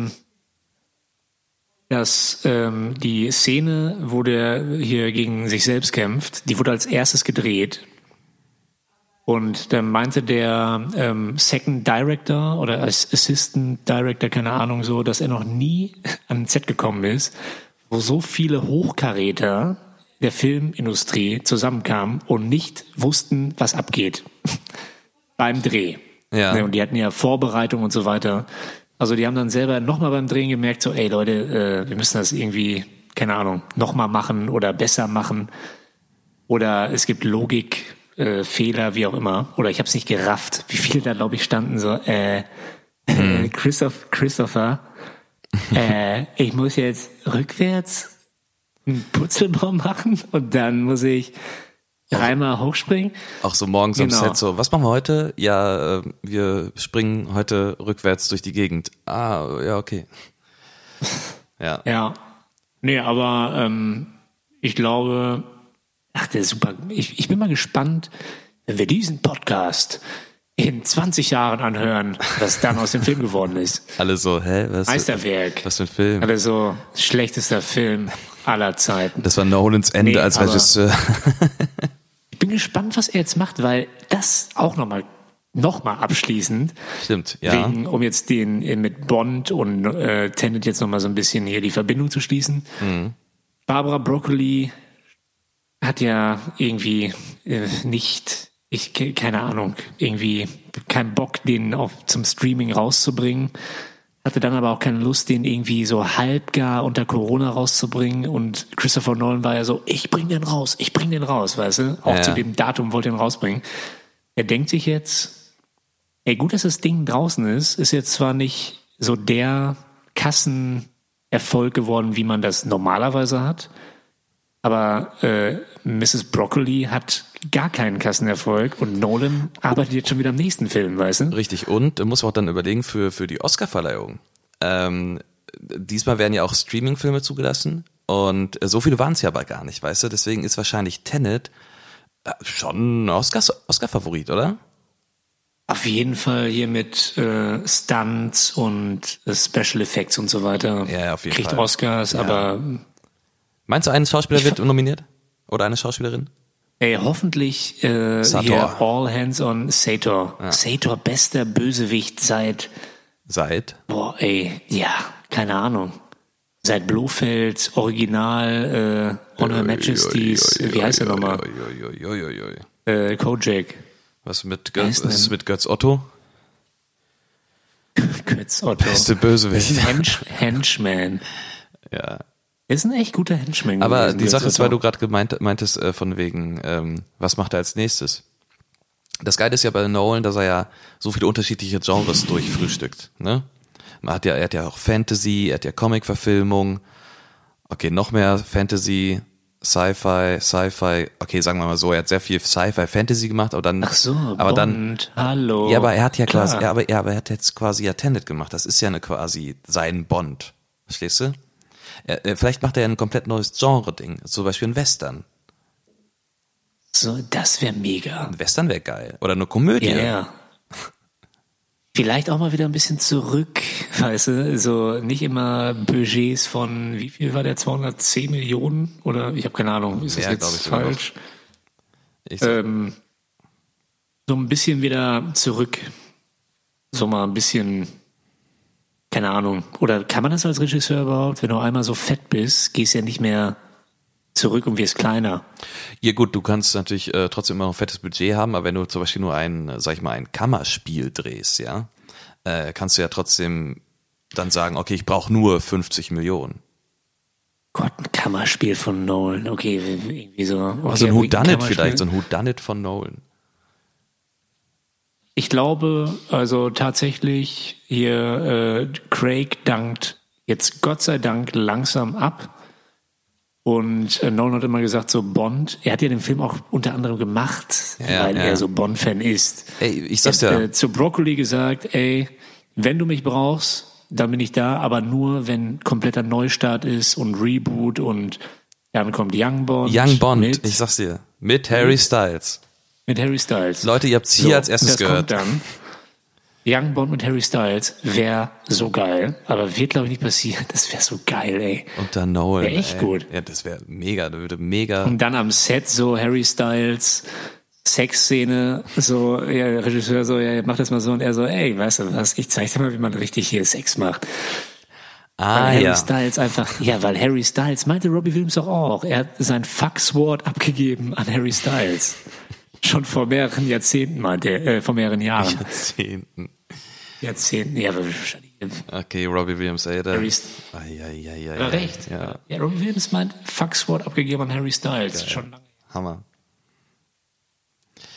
dass die Szene, wo der hier gegen sich selbst kämpft, die wurde als erstes gedreht. Und dann meinte der Second Director oder Assistant Director, keine Ahnung, so, dass er noch nie an ein Set gekommen ist, wo so viele Hochkaräter der Filmindustrie zusammenkamen und nicht wussten, was abgeht beim Dreh. Ja. Und die hatten ja Vorbereitung und so weiter. Also die haben dann selber nochmal beim Drehen gemerkt, so, ey Leute, wir müssen das irgendwie, keine Ahnung, nochmal machen oder besser machen. Oder es gibt Fehler, wie auch immer. Oder ich habe es nicht gerafft, wie viele da, glaube ich, standen so, Christopher, ich muss jetzt rückwärts einen Purzelbaum machen und dann muss ich dreimal hochspringen. Auch so morgens am Set so, was machen wir heute? Ja, wir springen heute rückwärts durch die Gegend. Ah, ja, okay. Ja. Ja. Nee, aber ich glaube, der ist super. Ich bin mal gespannt, wenn wir diesen Podcast in 20 Jahren anhören, was dann aus dem Film geworden ist. Alle so, was? Meisterwerk. Was für ein Film? Alle so, schlechtester Film aller Zeiten. Das war Nolans Ende als Regisseur. Ich bin gespannt, was er jetzt macht, weil das auch nochmal abschließend. Stimmt, ja. Um jetzt den mit Bond und Tenet jetzt nochmal so ein bisschen hier die Verbindung zu schließen. Mhm. Barbara Broccoli hat ja irgendwie keine Ahnung, irgendwie keinen Bock, den zum Streaming rauszubringen. Hatte dann aber auch keine Lust, den irgendwie so halbgar unter Corona rauszubringen. Und Christopher Nolan war ja so, ich bring den raus, weißt du? Auch zu dem Datum wollte er ihn rausbringen. Er denkt sich jetzt, gut, dass das Ding draußen ist jetzt zwar nicht so der Kassenerfolg geworden, wie man das normalerweise hat, aber Mrs. Broccoli hat gar keinen Kassenerfolg und Nolan arbeitet jetzt schon wieder am nächsten Film, weißt du? Richtig, und muss man auch dann überlegen für die Oscarverleihung. Diesmal werden ja auch Streaming-Filme zugelassen und so viele waren es ja aber gar nicht, weißt du? Deswegen ist wahrscheinlich Tenet schon ein Oscar-Favorit, oder? Auf jeden Fall hier mit Stunts und Special Effects und so weiter. Ja, auf jeden Fall. Kriegt Oscars, ja. Aber... Meinst du, ein Schauspieler wird nominiert? Oder eine Schauspielerin? Hoffentlich hier All Hands on Sator. Ja. Sator, bester Bösewicht seit? Keine Ahnung. Seit Blofeld, Original, On Her Majesty's, wie heißt der nochmal? Kojak. Was ist mit Götz Otto? Götz Otto. Beste Bösewicht. Henchman. Ja. Ist ein echt guter Henchman. Aber die Sache ist, weil du gerade meintest von wegen, was macht er als nächstes? Das Geile ist ja bei Nolan, dass er ja so viele unterschiedliche Genres durchfrühstückt. Ne? Er hat ja auch Fantasy, er hat ja Comic-Verfilmung, okay, noch mehr Fantasy, Sci-Fi, okay, sagen wir mal so, er hat sehr viel Sci-Fi-Fantasy gemacht, aber dann... Ach so, aber Bond, dann, hallo. Ja, aber er hat ja quasi, aber er hat jetzt quasi ja Tenet gemacht, das ist ja quasi sein Bond, verstehst du? Vielleicht macht er ja ein komplett neues Genre-Ding, zum Beispiel ein Western. So, das wäre mega. Ein Western wäre geil. Oder eine Komödie. Ja. Vielleicht auch mal wieder ein bisschen zurück, weißt du, so nicht immer Budgets von, wie viel war der, 210 Millionen? Oder, ich habe keine Ahnung, ist das jetzt falsch? So ein bisschen wieder zurück. So mal ein bisschen... Keine Ahnung. Oder kann man das als Regisseur überhaupt? Wenn du einmal so fett bist, gehst du ja nicht mehr zurück und wirst kleiner. Ja gut, du kannst natürlich trotzdem immer noch ein fettes Budget haben, aber wenn du zum Beispiel nur ein Kammerspiel drehst, ja, kannst du ja trotzdem dann sagen, okay, ich brauche nur 50 Millionen. Gott, ein Kammerspiel von Nolan. Okay, irgendwie so. Okay, also ein Whodunit vielleicht, so ein Whodunit von Nolan. Ich glaube, also tatsächlich hier Craig dankt jetzt Gott sei Dank langsam ab und Nolan hat immer gesagt, so Bond, er hat ja den Film auch unter anderem gemacht, weil er so Bond-Fan ist. Ey, ich sag's ja. Zu Broccoli gesagt, wenn du mich brauchst, dann bin ich da, aber nur, wenn kompletter Neustart ist und Reboot und dann kommt Young Bond. Ich sag's dir, mit Harry Styles. Mit Harry Styles. Leute, ihr habt's hier als erstes gehört. Kommt dann. Young Bond mit Harry Styles wäre so geil, aber wird glaube ich nicht passieren. Das wäre so geil, ey. Und dann Nolan. Wäre echt gut. Ja, das wäre mega, das würde mega. Und dann am Set so Harry Styles, Sexszene, so, der Regisseur so, mach das mal so und er so, weißt du was, ich zeig dir mal, wie man richtig hier Sex macht. Weil Harry Styles weil Harry Styles meinte Robbie Williams auch. Er hat sein Fucksword abgegeben an Harry Styles. Schon vor mehreren Jahrzehnten, vor mehreren Jahren. Jahrzehnten, ja, wahrscheinlich. Okay, Robbie Williams, ey, Recht. Ja. Ja, Robbie Williams meint Fucksword abgegeben an Harry Styles. Geil. Schon lange. Hammer.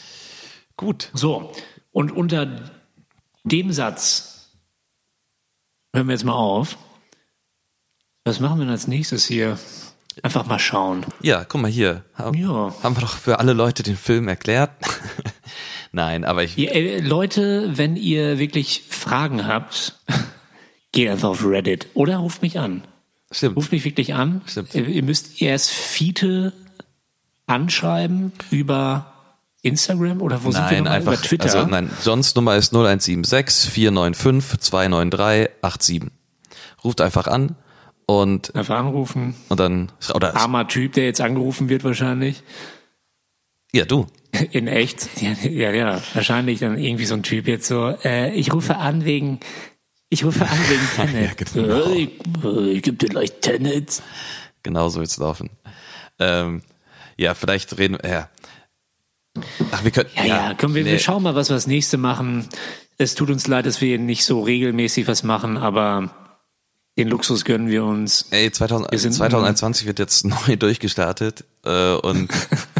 Gut. So, und unter dem Satz hören wir jetzt mal auf. Was machen wir denn als nächstes hier? Einfach mal schauen. Ja, guck mal hier. Haben wir doch für alle Leute den Film erklärt. Nein, aber Leute, wenn ihr wirklich Fragen habt, geht einfach auf Reddit oder ruft mich an. Stimmt. Ruft mich wirklich an. Stimmt. Ihr müsst erst Fiete anschreiben über Instagram oder wo sind wir nochmal? Einfach, über Twitter? Also nein, Johns Nummer ist 0176 495 293 87. Ruft einfach an und einfach anrufen. Und dann oder armer Typ, der jetzt angerufen wird wahrscheinlich. Ja, du. In echt? Ja. Wahrscheinlich dann irgendwie so ein Typ jetzt so, ich rufe an wegen Tenet. Ja, genau. Ich gebe dir gleich Tenet. Genau so wird's laufen. Ja, vielleicht reden wir, ja. Ach, wir können, Komm, wir schauen mal, was wir das nächste machen. Es tut uns leid, dass wir nicht so regelmäßig was machen, aber den Luxus gönnen wir uns. Ey, 2021 wird jetzt neu durchgestartet und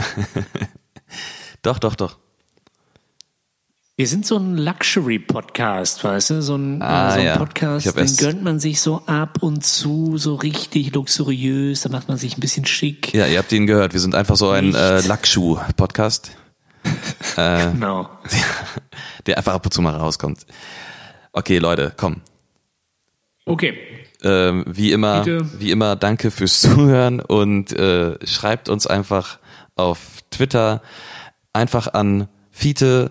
Doch. Wir sind so ein Luxury-Podcast, weißt du? So ein Podcast, den gönnt man sich so ab und zu, so richtig luxuriös, da macht man sich ein bisschen schick. Ja, ihr habt ihn gehört, wir sind einfach so ein Lackschuh-Podcast. Genau. Der einfach ab und zu mal rauskommt. Okay, Leute, komm. Okay. Wie immer, danke fürs Zuhören und schreibt uns einfach auf Twitter einfach an Fiete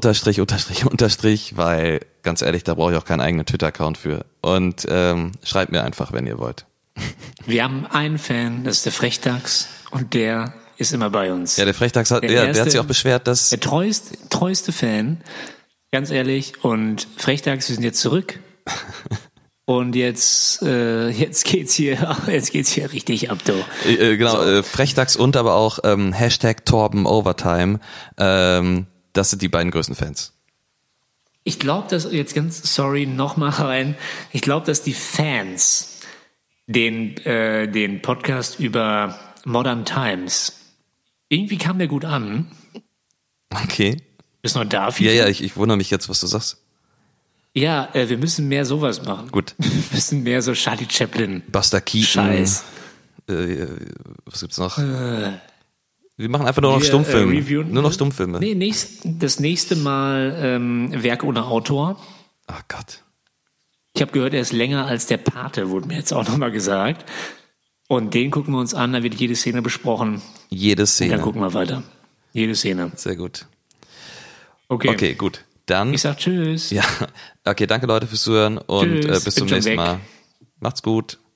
_ weil ganz ehrlich, da brauche ich auch keinen eigenen Twitter-Account für. Und schreibt mir einfach, wenn ihr wollt. Wir haben einen Fan, das ist der Frechdachs und der ist immer bei uns. Ja, der Frechdachs der hat sich auch beschwert, dass... Der treueste Fan, ganz ehrlich. Und Frechdachs, wir sind jetzt zurück. Und jetzt geht's hier richtig ab, du. Genau, so. Frechdachs und aber auch #TorbenOvertime. Das sind die beiden größten Fans. Ich glaube, dass nochmal rein. Ich glaube, dass die Fans den Podcast über Modern Times, irgendwie kam der gut an. Okay. Bist du noch da? Viel? Ja, ich wundere mich jetzt, was du sagst. Ja, wir müssen mehr sowas machen. Gut. Wir müssen mehr so Charlie Chaplin. Buster Keaton. Scheiß. Was gibt's noch? Wir machen einfach nur noch Stummfilme. Nur noch Stummfilme. Nee, das nächste Mal Werk ohne Autor. Ach Gott. Ich habe gehört, er ist länger als der Pate, wurde mir jetzt auch nochmal gesagt. Und den gucken wir uns an, da wird jede Szene besprochen. Jede Szene. Und dann gucken wir weiter. Jede Szene. Sehr gut. Okay, gut. Dann. Ich sag tschüss. Ja, okay, danke Leute fürs Zuhören und tschüss, bis zum nächsten Mal. Macht's gut.